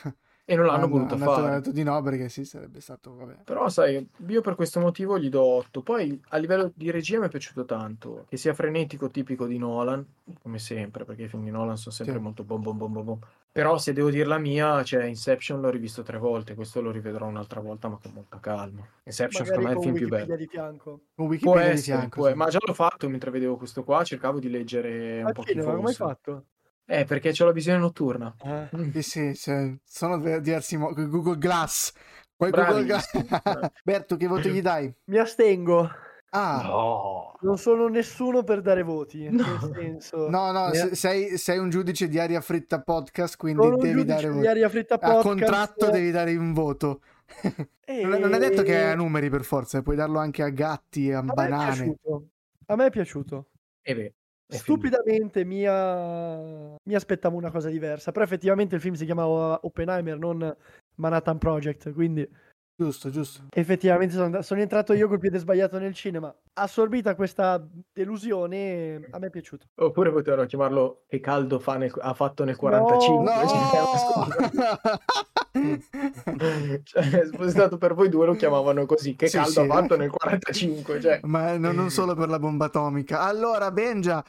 e non l'hanno voluto fare. Hanno detto di no perché sì, sarebbe stato, vabbè. Però sai, io per questo motivo gli do 8. Poi a livello di regia mi è piaciuto tanto, che sia frenetico tipico di Nolan, come sempre, perché i film di Nolan sono sempre molto bom bom bom bom bom. Però se devo dire la mia, cioè Inception l'ho rivisto 3 volte, questo lo rivedrò un'altra volta ma con molta calma. Inception secondo me è il film più bello. Di fianco. Con Wikipedia può di essere, fianco, sì. ma già l'ho fatto mentre vedevo questo qua, cercavo di leggere un po' chi fosse. Come hai fatto? Perché c'ho la visione notturna. Sì, sono diversi Google Glass. Poi Bravissimo. Google Glass. Berto, che voto gli dai? Mi astengo. No. Non sono nessuno per dare voti. No. Nel senso... No, sei un giudice di Aria Fritta Podcast, quindi sono devi dare un di Aria Fritta Podcast. A contratto devi dare un voto. Non è detto che è a numeri per forza, puoi darlo anche a gatti, a banane. A me è piaciuto. Stupidamente mi aspettavo una cosa diversa, però effettivamente il film si chiamava Oppenheimer, non Manhattan Project, quindi giusto. Effettivamente sono entrato io col piede sbagliato nel cinema. Assorbita questa delusione, a me è piaciuto. Oppure potevano chiamarlo Che caldo ha fatto nel 45. Cioè, è stato per voi due, lo chiamavano così, Che caldo ha fatto nel 45. Cioè. Ma non solo per la bomba atomica. Allora, Benja,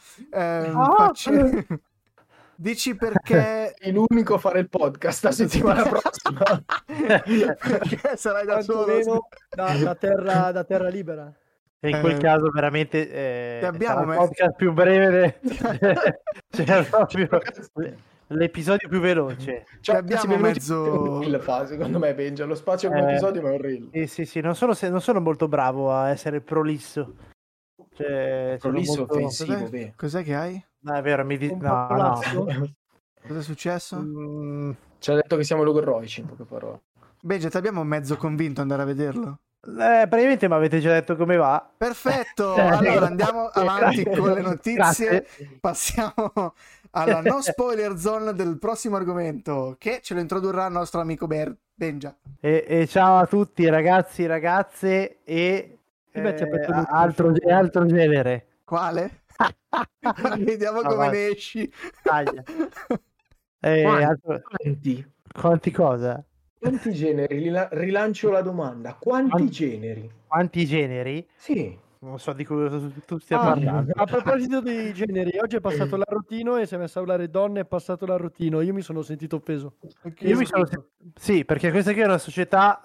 dici perché è l'unico a fare il podcast la settimana prossima. Perché sarai da solo da terra libera. E in quel caso veramente abbiamo il podcast più breve cioè proprio l'episodio più veloce. Cioè abbiamo mezzo il fa, secondo me, Benja, lo spazio per un episodio ma è un reel. Sì, non sono molto bravo a essere prolisso. Cioè, prolisso offensivo, cos'è che hai? No, è vero, no. Cosa è successo? Ci ha detto che siamo logorroici, in poche parole. Benja, ti abbiamo mezzo convinto ad andare a vederlo? Praticamente mi avete già detto come va. Perfetto, allora andiamo avanti con le notizie. Passiamo alla no spoiler zone del prossimo argomento, che ce lo introdurrà il nostro amico Benja. E ciao a tutti ragazzi, ragazze e altro genere. Quale? Vediamo come ne esci. Quanti cosa? Quanti generi? Rilancio la domanda. Quanti generi? Quanti generi? Sì. Non so di cosa tu stia parlando. A proposito dei generi, oggi è passato l'Arrotino e si è messo a urlare donne, è passato l'Arrotino. Io mi sono sentito offeso. Sì, perché questa qui è una società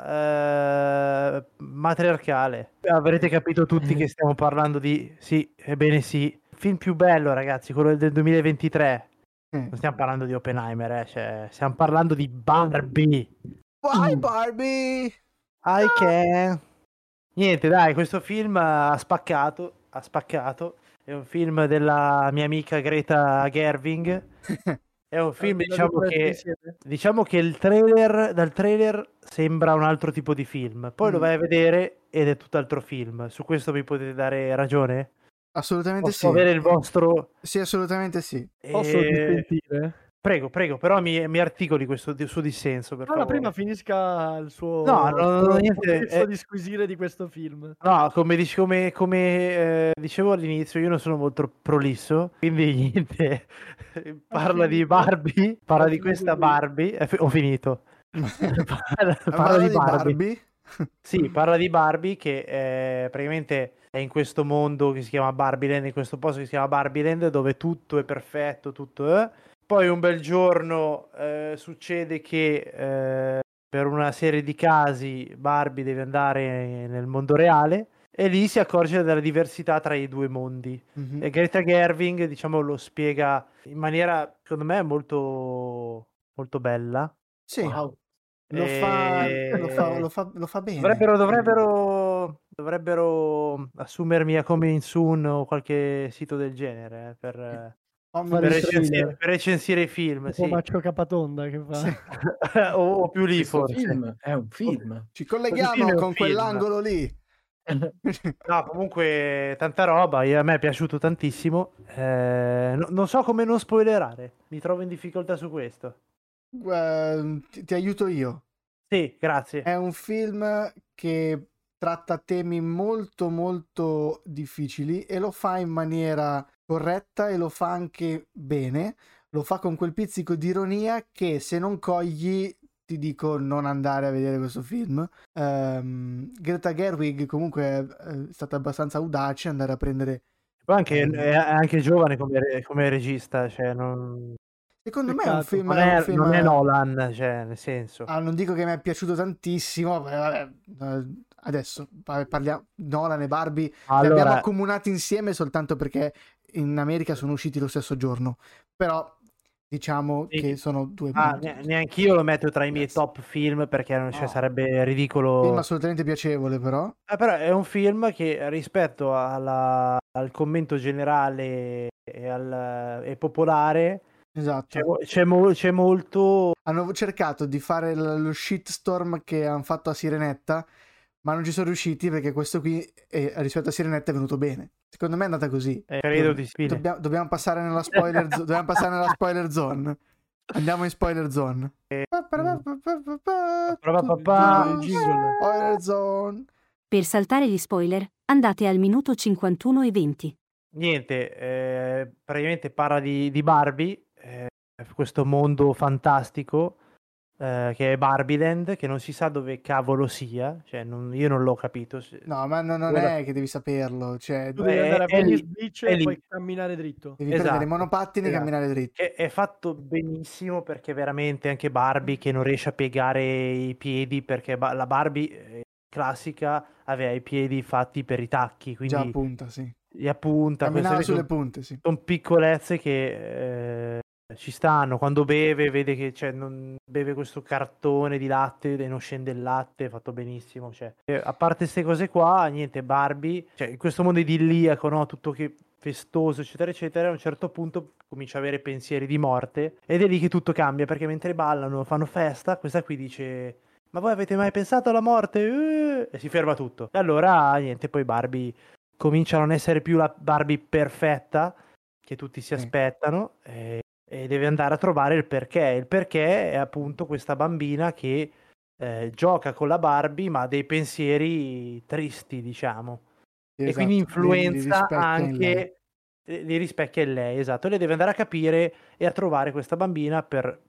matriarcale. Avrete capito tutti che stiamo parlando di... Sì, ebbene sì. Il film più bello, ragazzi, quello del 2023. Non stiamo parlando di Oppenheimer, cioè, stiamo parlando di Barbie. Vai Barbie! I can. Niente, dai, questo film ha spaccato. È un film della mia amica Greta Gerwig. È un film, diciamo che dal trailer sembra un altro tipo di film. Poi lo vai a vedere ed è tutt'altro film. Su questo mi potete dare ragione? Assolutamente Posso avere il vostro... Sì, assolutamente sì. Posso dissentire? Prego, però mi articoli questo suo dissenso, per favore. Prima finisca il suo niente di squisire di questo film. No, come dicevo all'inizio, io non sono molto prolisso, quindi niente, parla di Barbie, parla di questa Barbie, ho finito. parla di Barbie. Sì, parla di Barbie che praticamente è in questo mondo che si chiama Barbieland, in questo posto che si chiama Barbieland, dove tutto è perfetto, tutto è. Poi un bel giorno succede che per una serie di casi Barbie deve andare nel mondo reale e lì si accorge della diversità tra i due mondi. Mm-hmm. E Greta Gerwig, diciamo, lo spiega in maniera, secondo me, molto, molto bella. Sì. Wow. Lo fa bene. Dovrebbero assumermi a Coming Soon o qualche sito del genere per recensire i film. Sì. Maccio Capatonda che fa. Sì. o più lì forse. È un film. Ci colleghiamo con quell'angolo lì. No, comunque tanta roba, a me è piaciuto tantissimo. Non so come non spoilerare, mi trovo in difficoltà su questo. Ti aiuto io. Sì, grazie. È un film che tratta temi molto molto difficili e lo fa in maniera corretta e lo fa anche bene. Lo fa con quel pizzico di ironia che se non cogli ti dico non andare a vedere questo film. Greta Gerwig comunque è stata abbastanza audace andare a prendere... Poi è anche giovane come regista, cioè non... Secondo me è un film... Non è Nolan, cioè, nel senso... non dico che mi è piaciuto tantissimo, adesso parliamo... Nolan e Barbie li abbiamo accomunati insieme soltanto perché in America sono usciti lo stesso giorno, però diciamo che sono due... neanch'io lo metto tra i miei top film perché sarebbe ridicolo. Film assolutamente piacevole, però. Però è un film che rispetto al commento generale e popolare, esatto, c'è molto... Hanno cercato di fare lo shitstorm che hanno fatto a Sirenetta, ma non ci sono riusciti perché questo qui rispetto a Sirenetta è venuto bene. Secondo me è andata così. Credo di sì. Dobbiamo passare nella spoiler dobbiamo passare nella spoiler zone. Andiamo in spoiler zone. Spoiler zone. Per saltare gli spoiler, andate al minuto 51 e 20. Niente, praticamente parla di Barbie, questo mondo fantastico che è Barbieland, che non si sa dove cavolo sia, cioè io non l'ho capito. No, ma non è che devi saperlo, cioè tu devi andare a Venice Beach e poi camminare dritto. Devi prendere i monopattini e camminare dritto. È fatto benissimo perché veramente anche Barbie che non riesce a piegare i piedi, perché la Barbie classica aveva i piedi fatti per i tacchi, quindi già appunta, sì. Camminava sulle punte, sì. Sono piccolezze che ci stanno. Quando beve, vede che non beve questo cartone di latte e non scende il latte, è fatto benissimo. A parte queste cose qua, niente, Barbie, in questo mondo idilliaco, no? Tutto che festoso, eccetera, eccetera, a un certo punto comincia a avere pensieri di morte ed è lì che tutto cambia, perché mentre ballano, fanno festa, questa qui dice: ma voi avete mai pensato alla morte? E si ferma tutto. E allora, niente, poi Barbie comincia a non essere più la Barbie perfetta che tutti si aspettano e deve andare a trovare il perché. Il perché è appunto questa bambina che gioca con la Barbie ma ha dei pensieri tristi, diciamo. Esatto. E quindi influenza anche, li rispecchia in lei, esatto. Lei deve andare a capire e a trovare questa bambina per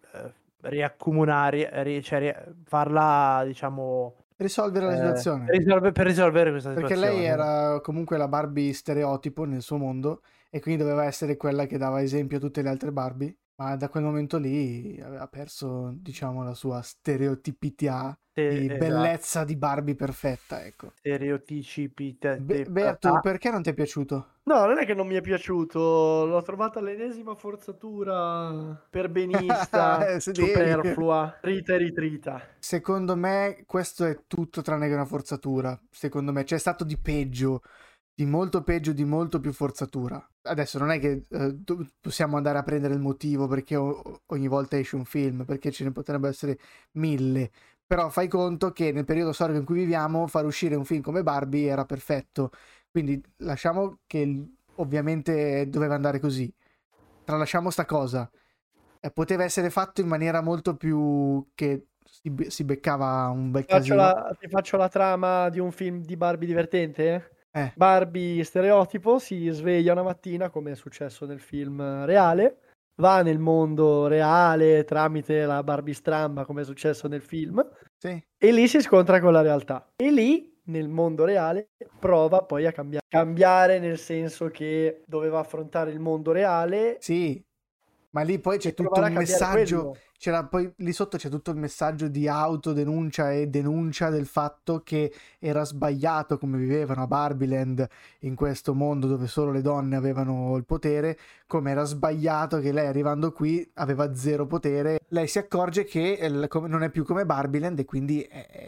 riaccomunare, farla, diciamo... risolvere la situazione. Per risolvere questa situazione. Perché lei era comunque la Barbie stereotipo nel suo mondo e quindi doveva essere quella che dava esempio a tutte le altre Barbie, ma da quel momento lì aveva perso, diciamo, la sua stereotipità di bellezza di Barbie perfetta, ecco. Stereotipità. Berto, perché non ti è piaciuto? No, non è che non mi è piaciuto, l'ho trovata l'ennesima forzatura perbenista, superflua, trita e ritrita. Secondo me questo è tutto tranne che una forzatura. Secondo me c'è stato di peggio, di molto più forzatura. Adesso non è che possiamo andare a prendere il motivo perché ogni volta esce un film, perché ce ne potrebbero essere 1000. Però fai conto che nel periodo storico in cui viviamo far uscire un film come Barbie era perfetto. Quindi lasciamo che ovviamente doveva andare così. Tralasciamo sta cosa. Poteva essere fatto in maniera molto più che si beccava un bel casino. Ti faccio la trama di un film di Barbie divertente? Barbie stereotipo si sveglia una mattina, come è successo nel film reale, va nel mondo reale tramite la Barbie stramba, come è successo nel film, sì. E lì si scontra con la realtà. E lì, nel mondo reale, prova poi a cambiare nel senso che doveva affrontare il mondo reale. Sì, ma lì poi c'è tutto un messaggio, poi lì sotto c'è tutto il messaggio di autodenuncia e denuncia del fatto che era sbagliato come vivevano a Barbieland, in questo mondo dove solo le donne avevano il potere, come era sbagliato che lei arrivando qui aveva zero potere. Lei si accorge che non è più come Barbieland e quindi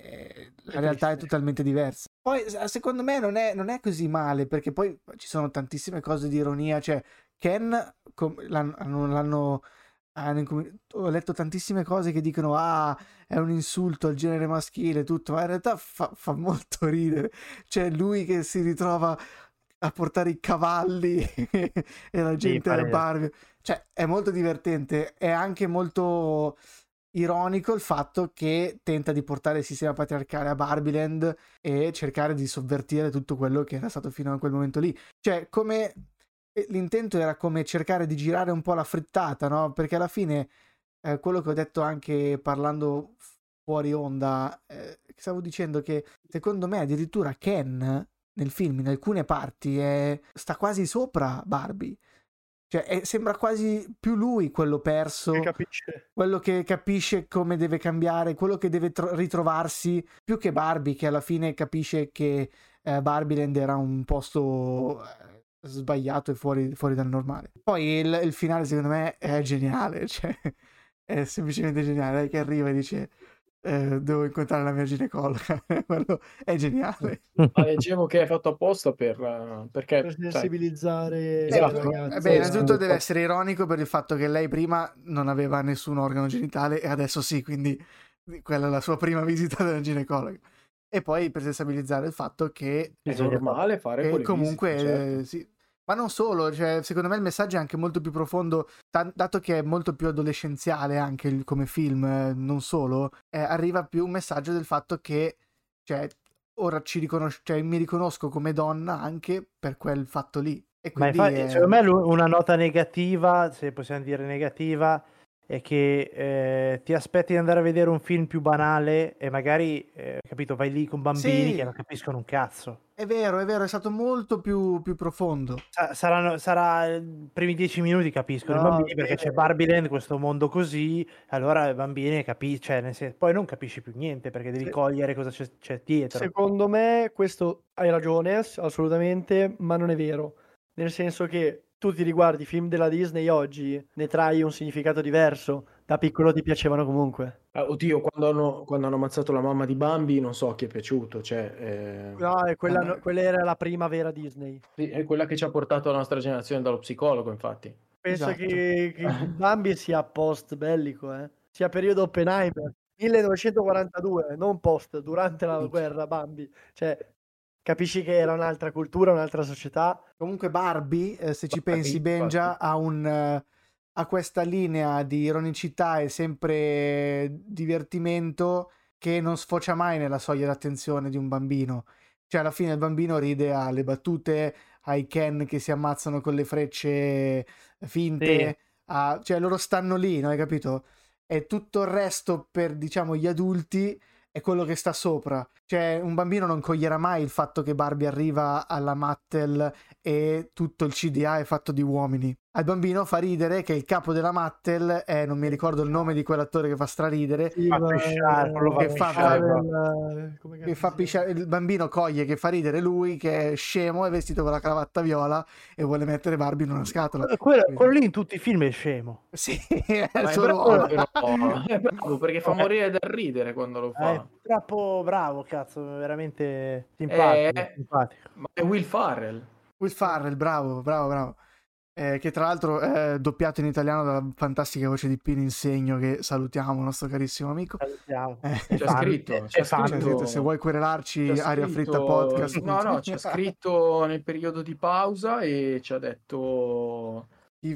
la realtà è totalmente diversa. Poi secondo me non è così male, perché poi ci sono tantissime cose di ironia, cioè Ken ho letto tantissime cose che dicono è un insulto al genere maschile, tutto, ma in realtà fa molto ridere. Cioè lui che si ritrova a portare i cavalli e la gente al Barbie, cioè è molto divertente. È anche molto ironico il fatto che tenta di portare il sistema patriarcale a Barbieland e cercare di sovvertire tutto quello che era stato fino a quel momento lì. Cioè, come l'intento era come cercare di girare un po' la frittata, no? Perché alla fine quello che ho detto anche parlando fuori onda, stavo dicendo che secondo me addirittura Ken nel film in alcune parti sta quasi sopra Barbie. Cioè, sembra quasi più lui quello perso, quello che capisce come deve cambiare, quello che deve ritrovarsi, più che Barbie, che alla fine capisce che Barbieland era un posto sbagliato e fuori dal normale. Poi il finale secondo me è geniale, cioè è semplicemente geniale. Lei che arriva e dice devo incontrare la mia ginecologa. Quello è geniale. Leggevo che è fatto apposta perché per sensibilizzare esatto. i ragazzi. Beh, innanzitutto deve essere ironico per il fatto che lei prima non aveva nessun organo genitale e adesso sì, quindi quella è la sua prima visita della ginecologa. E poi per sensibilizzare il fatto che è normale fare quelle comunque visite, certo. sì. Ma non solo, cioè, secondo me il messaggio è anche molto più profondo, dato che è molto più adolescenziale anche come film, non solo, arriva più un messaggio del fatto che, cioè, ora mi riconosco come donna anche per quel fatto lì. E quindi ma infatti, secondo me una nota negativa, se possiamo dire negativa, è che ti aspetti di andare a vedere un film più banale e magari, capito, vai lì con bambini che non capiscono un cazzo. È vero, è stato molto più profondo. Sarà i primi 10 minuti capiscono i bambini perché c'è Barbieland, questo mondo così, allora i bambini poi non capisci più niente perché devi cogliere cosa c'è dietro. Secondo me questo hai ragione, assolutamente, ma non è vero. Nel senso che tu ti riguardi i film della Disney oggi, ne trai un significato diverso. Da piccolo ti piacevano comunque. Oddio, quando hanno ammazzato la mamma di Bambi, non so a chi è piaciuto. No, quella era la prima vera Disney. Sì, è quella che ci ha portato la nostra generazione dallo psicologo, infatti. Penso che Bambi sia post bellico, sia periodo Oppenheimer. 1942, non post, durante la guerra Bambi. Cioè, capisci che era un'altra cultura, un'altra società. Comunque Barbie, se ci pensi, Benja, ha questa linea di ironicità e sempre divertimento che non sfocia mai nella soglia d'attenzione di un bambino. Cioè, alla fine il bambino ride alle battute, ai Ken che si ammazzano con le frecce finte, cioè loro stanno lì, no? Hai capito? E tutto il resto per, diciamo, gli adulti è quello che sta sopra. Cioè, un bambino non coglierà mai il fatto che Barbie arriva alla Mattel e tutto il CDA è fatto di uomini. Al bambino fa ridere che il capo della Mattel è, non mi ricordo il nome di quell'attore che fa straridere, che fa pisciare. Il bambino coglie che fa ridere lui, che è scemo, è vestito con la cravatta viola e vuole mettere Barbie in una scatola. Quello lì in tutti i film è scemo. Sì, è bravo perché fa morire dal ridere quando lo fa. È troppo bravo, cazzo, veramente simpatico. Ma è Will Ferrell. Bravo. Che tra l'altro è doppiato in italiano dalla fantastica voce di Pino Insegno, che salutiamo, nostro carissimo amico. C'è scritto. Se vuoi querelarci, Aria Fritta Podcast. No, c'è scritto nel periodo di pausa e ci ha detto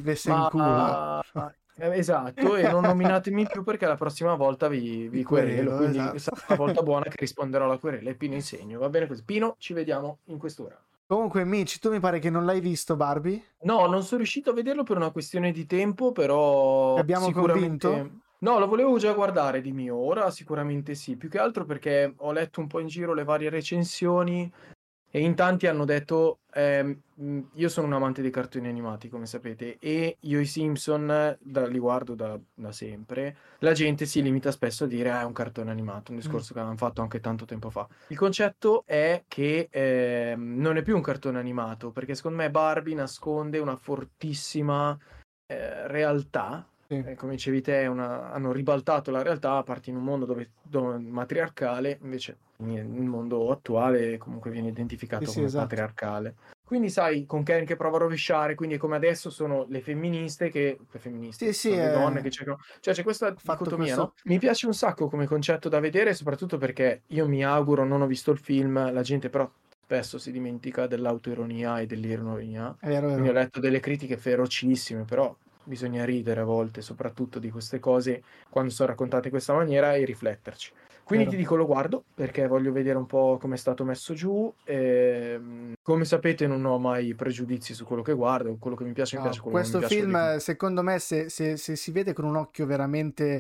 esatto, e non nominatemi più perché la prossima volta vi querelo, quindi sarà una volta buona che risponderò alla querela. E Pino Insegno, va bene così. Pino, ci vediamo in quest'ora. Comunque, Mitch, tu mi pare che non l'hai visto Barbie? No, non sono riuscito a vederlo per una questione di tempo, però abbiamo convinto? No, lo volevo già guardare di mio, ora sicuramente sì, più che altro perché ho letto un po' in giro le varie recensioni e in tanti hanno detto, io sono un amante dei cartoni animati, come sapete, e io i Simpson li guardo da sempre. La gente si limita spesso a dire è un cartone animato, un discorso che hanno fatto anche tanto tempo fa. Il concetto è che non è più un cartone animato, perché secondo me Barbie nasconde una fortissima realtà. Come dicevi te, hanno ribaltato la realtà, parti in un mondo dove matriarcale, invece nel mondo attuale comunque viene identificato come patriarcale. Quindi sai, con Ken che prova a rovesciare, quindi è come adesso sono le femministe sono le donne che cercano, cioè c'è questa dicotomia, no? Mi piace un sacco come concetto da vedere, soprattutto perché io mi auguro, non ho visto il film, la gente però spesso si dimentica dell'autoironia e dell'ironia. Quindi ho letto delle critiche ferocissime, però bisogna ridere a volte, soprattutto di queste cose quando sono raccontate in questa maniera e rifletterci. Quindi ti dico lo guardo perché voglio vedere un po' come è stato messo giù. Come sapete non ho mai pregiudizi su quello che guardo, quello che mi piace mi piace, quello questo che non mi piace film secondo me se si vede con un occhio veramente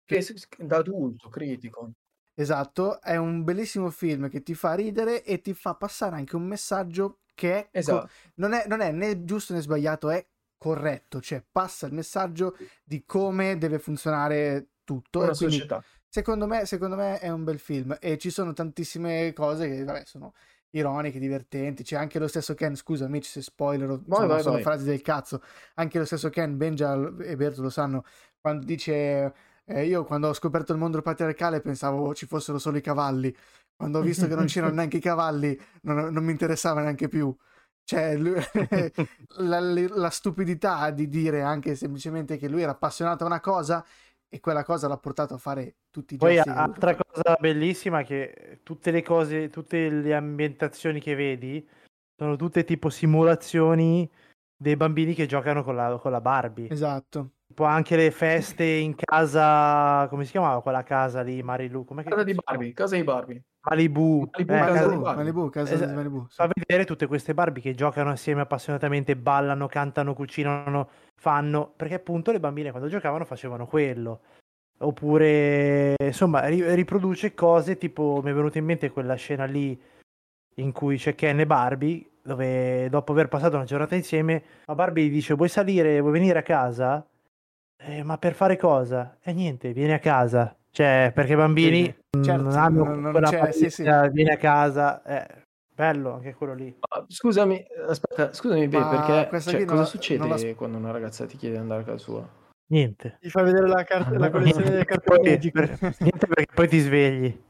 da adulto, critico. Esatto, è un bellissimo film che ti fa ridere e ti fa passare anche un messaggio che è non è né giusto né sbagliato, è corretto, cioè passa il messaggio di come deve funzionare tutto. Una e quindi, società. Secondo me è un bel film e ci sono tantissime cose che vabbè sono ironiche, divertenti. C'è anche lo stesso Ken, scusa amici se spoiler, sono frasi del cazzo. Anche lo stesso Ken, Benja e Berto lo sanno, quando dice io quando ho scoperto il mondo patriarcale pensavo ci fossero solo i cavalli, quando ho visto che non c'erano neanche i cavalli non mi interessava neanche più. Cioè la stupidità di dire anche semplicemente che lui era appassionato a una cosa e quella cosa l'ha portato a fare tutti i gesti. Poi altra cosa bellissima che tutte le cose, tutte le ambientazioni che vedi sono tutte tipo simulazioni dei bambini che giocano con la Barbie. Esatto. Tipo anche le feste in casa, come si chiamava quella casa lì, Marilu? Casa di Barbie, casa di Barbie. Malibu. Casa di Malibu. Fa vedere tutte queste Barbie che giocano assieme appassionatamente, ballano, cantano, cucinano, fanno, perché appunto le bambine quando giocavano facevano quello. Oppure, insomma, riproduce cose tipo, mi è venuta in mente quella scena lì in cui c'è Ken e Barbie, dove dopo aver passato una giornata insieme, a Barbie gli dice: vuoi salire, vuoi venire a casa? Ma per fare cosa? E niente, vieni a casa. Cioè, perché i bambini non hanno quella pazienza, vieni a casa. Bello anche quello lì. Scusami, perché cosa succede quando una ragazza ti chiede di andare a casa sua? Niente. Ti fa vedere la collezione delle carte magiche. Niente, perché poi ti svegli.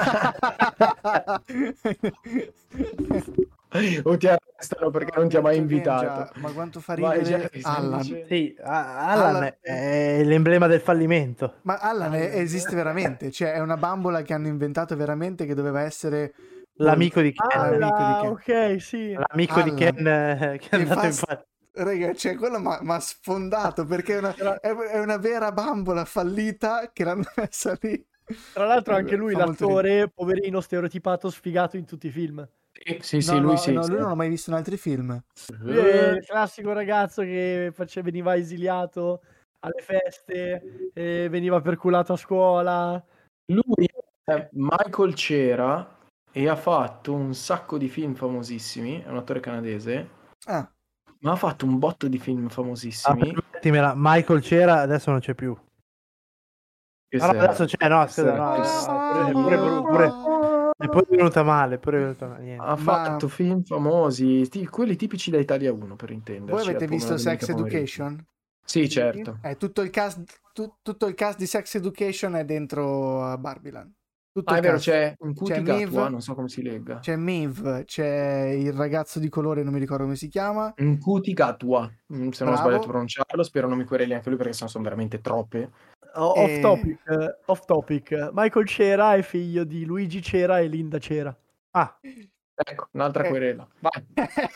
O ti arrestano perché non ti ha mai invitato. Ma quanto fa ridere Allan. Sì, Allan è l'emblema del fallimento. Ma Allan esiste veramente, cioè è una bambola che hanno inventato veramente che doveva essere l'amico di Ken. Ok, sì. L'amico Allan, di Ken che è andato in raga, cioè quello m'ha sfondato perché è una vera bambola fallita che l'hanno messa lì. Tra l'altro anche lui, l'attore, poverino, stereotipato, sfigato in tutti i film. Sì, lui non l'ho mai visto in altri film. Lui è il classico ragazzo che veniva esiliato alle feste, veniva perculato a scuola. Lui è Michael Cera e ha fatto un sacco di film famosissimi, è un attore canadese. Ma ha fatto un botto di film famosissimi. Michael Cera adesso non c'è più. Adesso c'è, no, scusa, è pure venuta male, niente. Ha fatto film famosi, quelli tipici da Italia 1 per intenderci. Voi avete visto Sex Education? Sì, certo. Tutto il cast di Sex Education è dentro Barbiland. È vero, c'è un Cutigatwa, non so come si legga. C'è Miv, c'è il ragazzo di colore, non mi ricordo come si chiama. Un Cutigatwa, se non ho sbagliato a pronunciarlo, spero non mi quereli anche lui perché sono veramente troppe. Off topic. Michael Cera è figlio di Luigi Cera e Linda Cera. Ecco, un'altra querela. Vai.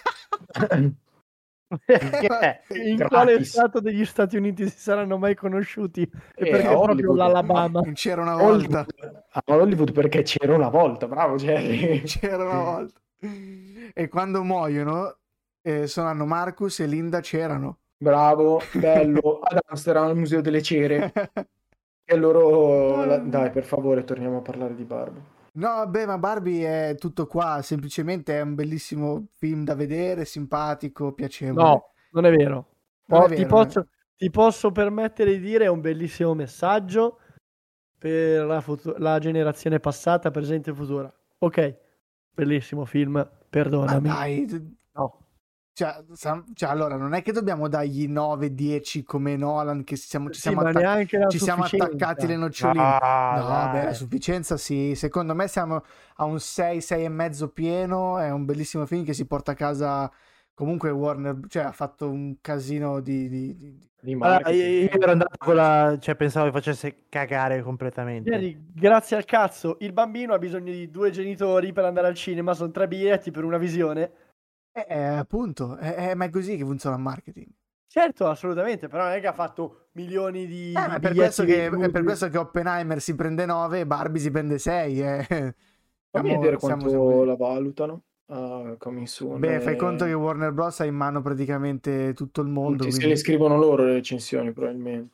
In quale stato degli Stati Uniti si saranno mai conosciuti? E perché proprio l'Alabama? C'era una volta. A Hollywood perché c'era una volta, bravo Jerry. C'era una volta. E quando muoiono hanno Marcus e Linda c'erano. Bravo, bello. Ad Amsterdam, al Museo delle Cere. E loro... Dai, per favore, torniamo a parlare di Barbie. No, beh, ma Barbie è tutto qua, semplicemente è un bellissimo film da vedere, simpatico, piacevole. No, non è vero. Ti posso permettere di dire è un bellissimo messaggio per la generazione passata, presente e futura. Ok, bellissimo film, perdonami. Ma dai, no. Cioè, allora, non è che dobbiamo dargli 9-10 come Nolan, che ci siamo attaccati le noccioline. La sufficienza sì. Secondo me siamo a un 6-6,5 pieno. È un bellissimo film che si porta a casa. Comunque Warner, cioè, ha fatto un casino di io ero andato pensavo che facesse cagare completamente. Grazie al cazzo, il bambino ha bisogno di 2 genitori per andare al cinema, sono 3 biglietti per una visione. Appunto, ma è così che funziona il marketing. Certo, assolutamente, però non è che ha fatto milioni di è per questo che Oppenheimer si prende 9 e Barbie si prende 6. Fammi vedere quanto la valutano. Beh, fai conto che Warner Bros. Ha in mano praticamente tutto il mondo. Se le scrivono loro le recensioni, probabilmente.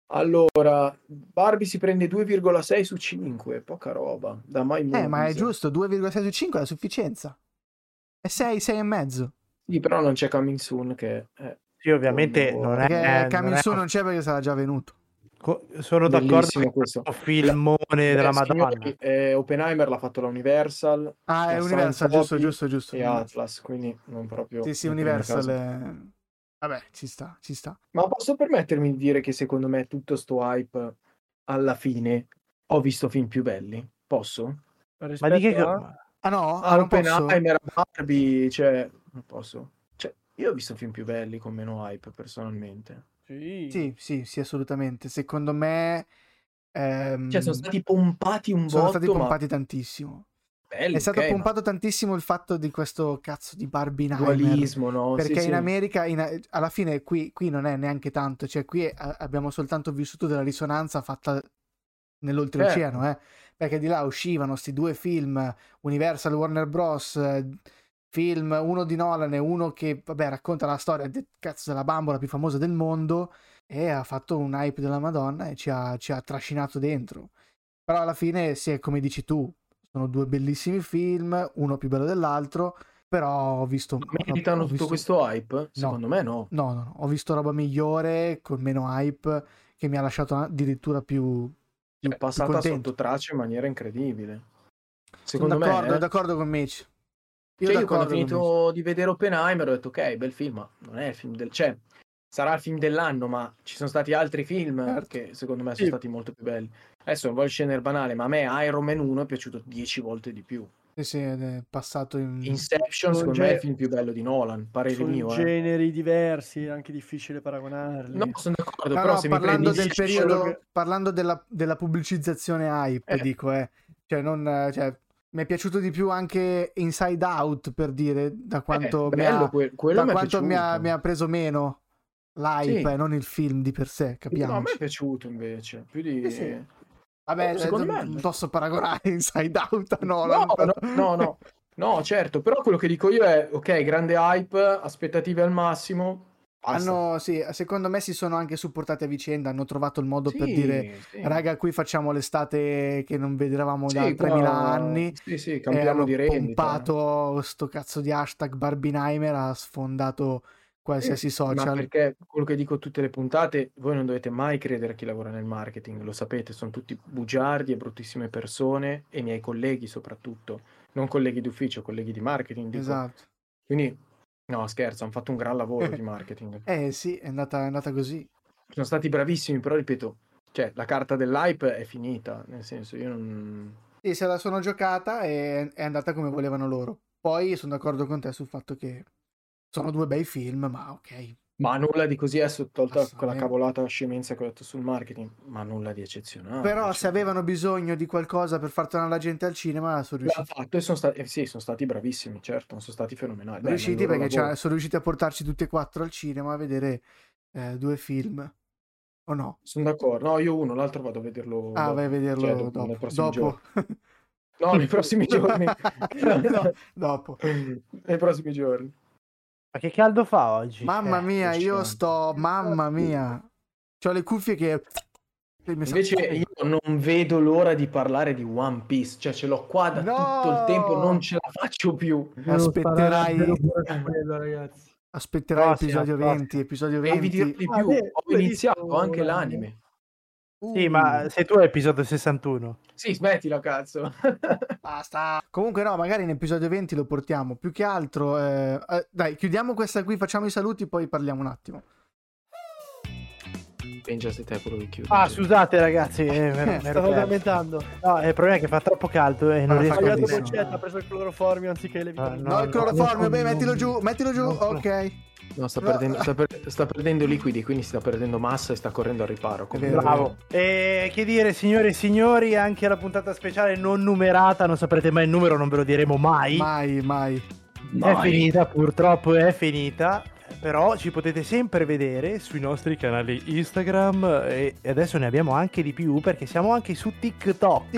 Allora, Barbie si prende 2,6 su 5, poca roba, da mai ma è giusto, 2,6 su 5 è la sufficienza. È 6, 6 e mezzo. Sì, però non c'è Coming Soon che sì, ovviamente non è Coming Soon non c'è perché sarà già venuto. Sono d'accordo con questo filmone della Madonna. Oppenheimer l'ha fatto la Universal. È Universal, giusto. E Atlas, quindi non proprio... Sì, Universal. Vabbè, ci sta. Ma posso permettermi di dire che secondo me tutto sto hype alla fine ho visto film più belli? Posso? Ma di che... no? Oppenheimer, Barbie, cioè... Non posso. Cioè, io ho visto film più belli con meno hype, personalmente. Sì, assolutamente. Secondo me... Cioè, sono stati pompati un botto, sono stati pompati tantissimo. Belli, è stato pompato tantissimo il fatto di questo cazzo di Barbenheimer, dualismo, no? Perché in America alla fine qui non è neanche tanto, cioè qui abbiamo soltanto vissuto della risonanza fatta nell'oltreoceano, perché di là uscivano sti due film Universal, Warner Bros, film, uno di Nolan e uno che racconta la storia della bambola più famosa del mondo, e ha fatto un hype della Madonna e ci ha trascinato dentro. Però alla fine, sì, come dici tu, sono due bellissimi film, uno più bello dell'altro, però ho visto... Meritano tutto questo hype? Secondo me no. No, ho visto roba migliore, con meno hype, che mi ha lasciato addirittura più passata sotto traccia in maniera incredibile. Secondo me... Sono d'accordo con Mitch. Io quando ho finito di vedere Oppenheimer ho detto ok, bel film, ma non è il film del... Cioè, sarà il film dell'anno, ma ci sono stati altri film che secondo me sono stati molto più belli. Adesso non voglio scendere banale, ma a me Iron Man 1 è piaciuto 10 volte di più. Sì, ed è passato in... Inception secondo me è il film più bello di Nolan, parere mio. Sono generi diversi, è anche difficile paragonarli. No, sono d'accordo, però se parlando mi del periodo, parlando della pubblicizzazione hype, dico, cioè non... mi è piaciuto di più anche Inside Out, per dire, da quanto mi ha preso meno l'hype, non il film di per sé, capiamo. No, a me è piaciuto invece, più di... Sì. Vabbè, secondo me non posso paragonare Inside Out a Nolan. No, certo, però quello che dico io è, ok, grande hype, aspettative al massimo. Secondo me si sono anche supportati a vicenda, hanno trovato il modo per dire raga, qui facciamo l'estate che non vedevamo da 3000 anni. Sì, cambiamo di rendita. Ha pompato sto cazzo di hashtag Barbenheimer, ha sfondato qualsiasi social. Ma perché quello che dico tutte le puntate, voi non dovete mai credere a chi lavora nel marketing, lo sapete, sono tutti bugiardi e bruttissime persone, e i miei colleghi soprattutto, non colleghi d'ufficio, colleghi di marketing. Esatto. Quindi no, scherzo, hanno fatto un gran lavoro di marketing. Sì, è andata così. Sono stati bravissimi, però ripeto, cioè la carta dell'hype è finita, nel senso io non... Sì, se la sono giocata e è andata come volevano loro. Poi sono d'accordo con te sul fatto che sono due bei film, ma ok. Ma nulla di così, tolta quella cavolata scemenza che ho detto sul marketing, ma nulla di eccezionale. Però se avevano bisogno di qualcosa per far tornare la gente al cinema, sono riusciti. L'ha fatto e sono stati bravissimi, certo, sono stati fenomenali. Riusciti perché sono riusciti a portarci tutti e quattro al cinema a vedere due film. O no? Sono d'accordo. No, io uno, l'altro vado a vederlo. Vai a vederlo dopo. Nei prossimi giorni. No, nei prossimi giorni. No, dopo. Nei prossimi giorni. Ma che caldo fa oggi? Mamma mia, mamma mia. C'ho le cuffie che... Invece io non vedo l'ora di parlare di One Piece, cioè ce l'ho qua da tutto il tempo, non ce la faccio più. Aspetterai episodio 20, episodio 20. Devi dirti più, ho iniziato anche l'anime. Sì, ma sei tu all'episodio 61. Sì, smettila, cazzo. Basta. Comunque no, magari in episodio 20 lo portiamo. Più che altro... dai, chiudiamo questa qui, facciamo i saluti, poi parliamo un attimo. Benja, se te quello che chiudo. Scusate ragazzi, stavo lamentando. No, il problema è che fa troppo caldo e non riesco a ha preso il cloroformio anziché le vitamine. No, il cloroformio, mettilo giù, ok. No, sta perdendo liquidi, quindi sta perdendo massa e sta correndo al riparo. Bravo. E che dire, signore e signori, anche la puntata speciale non numerata, non saprete mai il numero, non ve lo diremo mai. Mai. È finita, purtroppo è finita. però ci potete sempre vedere sui nostri canali Instagram e adesso ne abbiamo anche di più perché siamo anche su TikTok.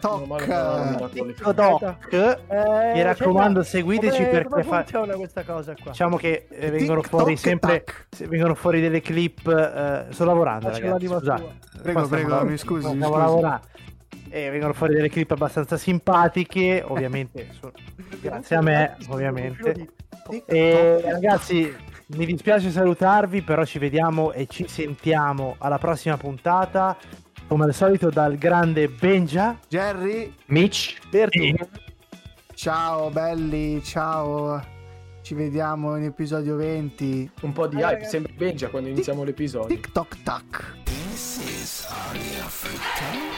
Mi raccomando, seguiteci perché funziona questa cosa qua. Diciamo che vengono fuori sempre vengono fuori delle clip. Sto lavorando, ragazzi. Scusate. Prego, mi scusi. Stiamo lavorando. E vengono fuori delle clip abbastanza simpatiche, ovviamente grazie a me, ovviamente. E ragazzi, mi dispiace salutarvi, però ci vediamo e ci sentiamo alla prossima puntata, come al solito dal grande Benja, Jerry, Mitch, Berti. Ciao belli, ciao. Ci vediamo in episodio 20. Un po' di hype, sembra Benja quando iniziamo l'episodio. TikTok tac. This is Aria Fritta.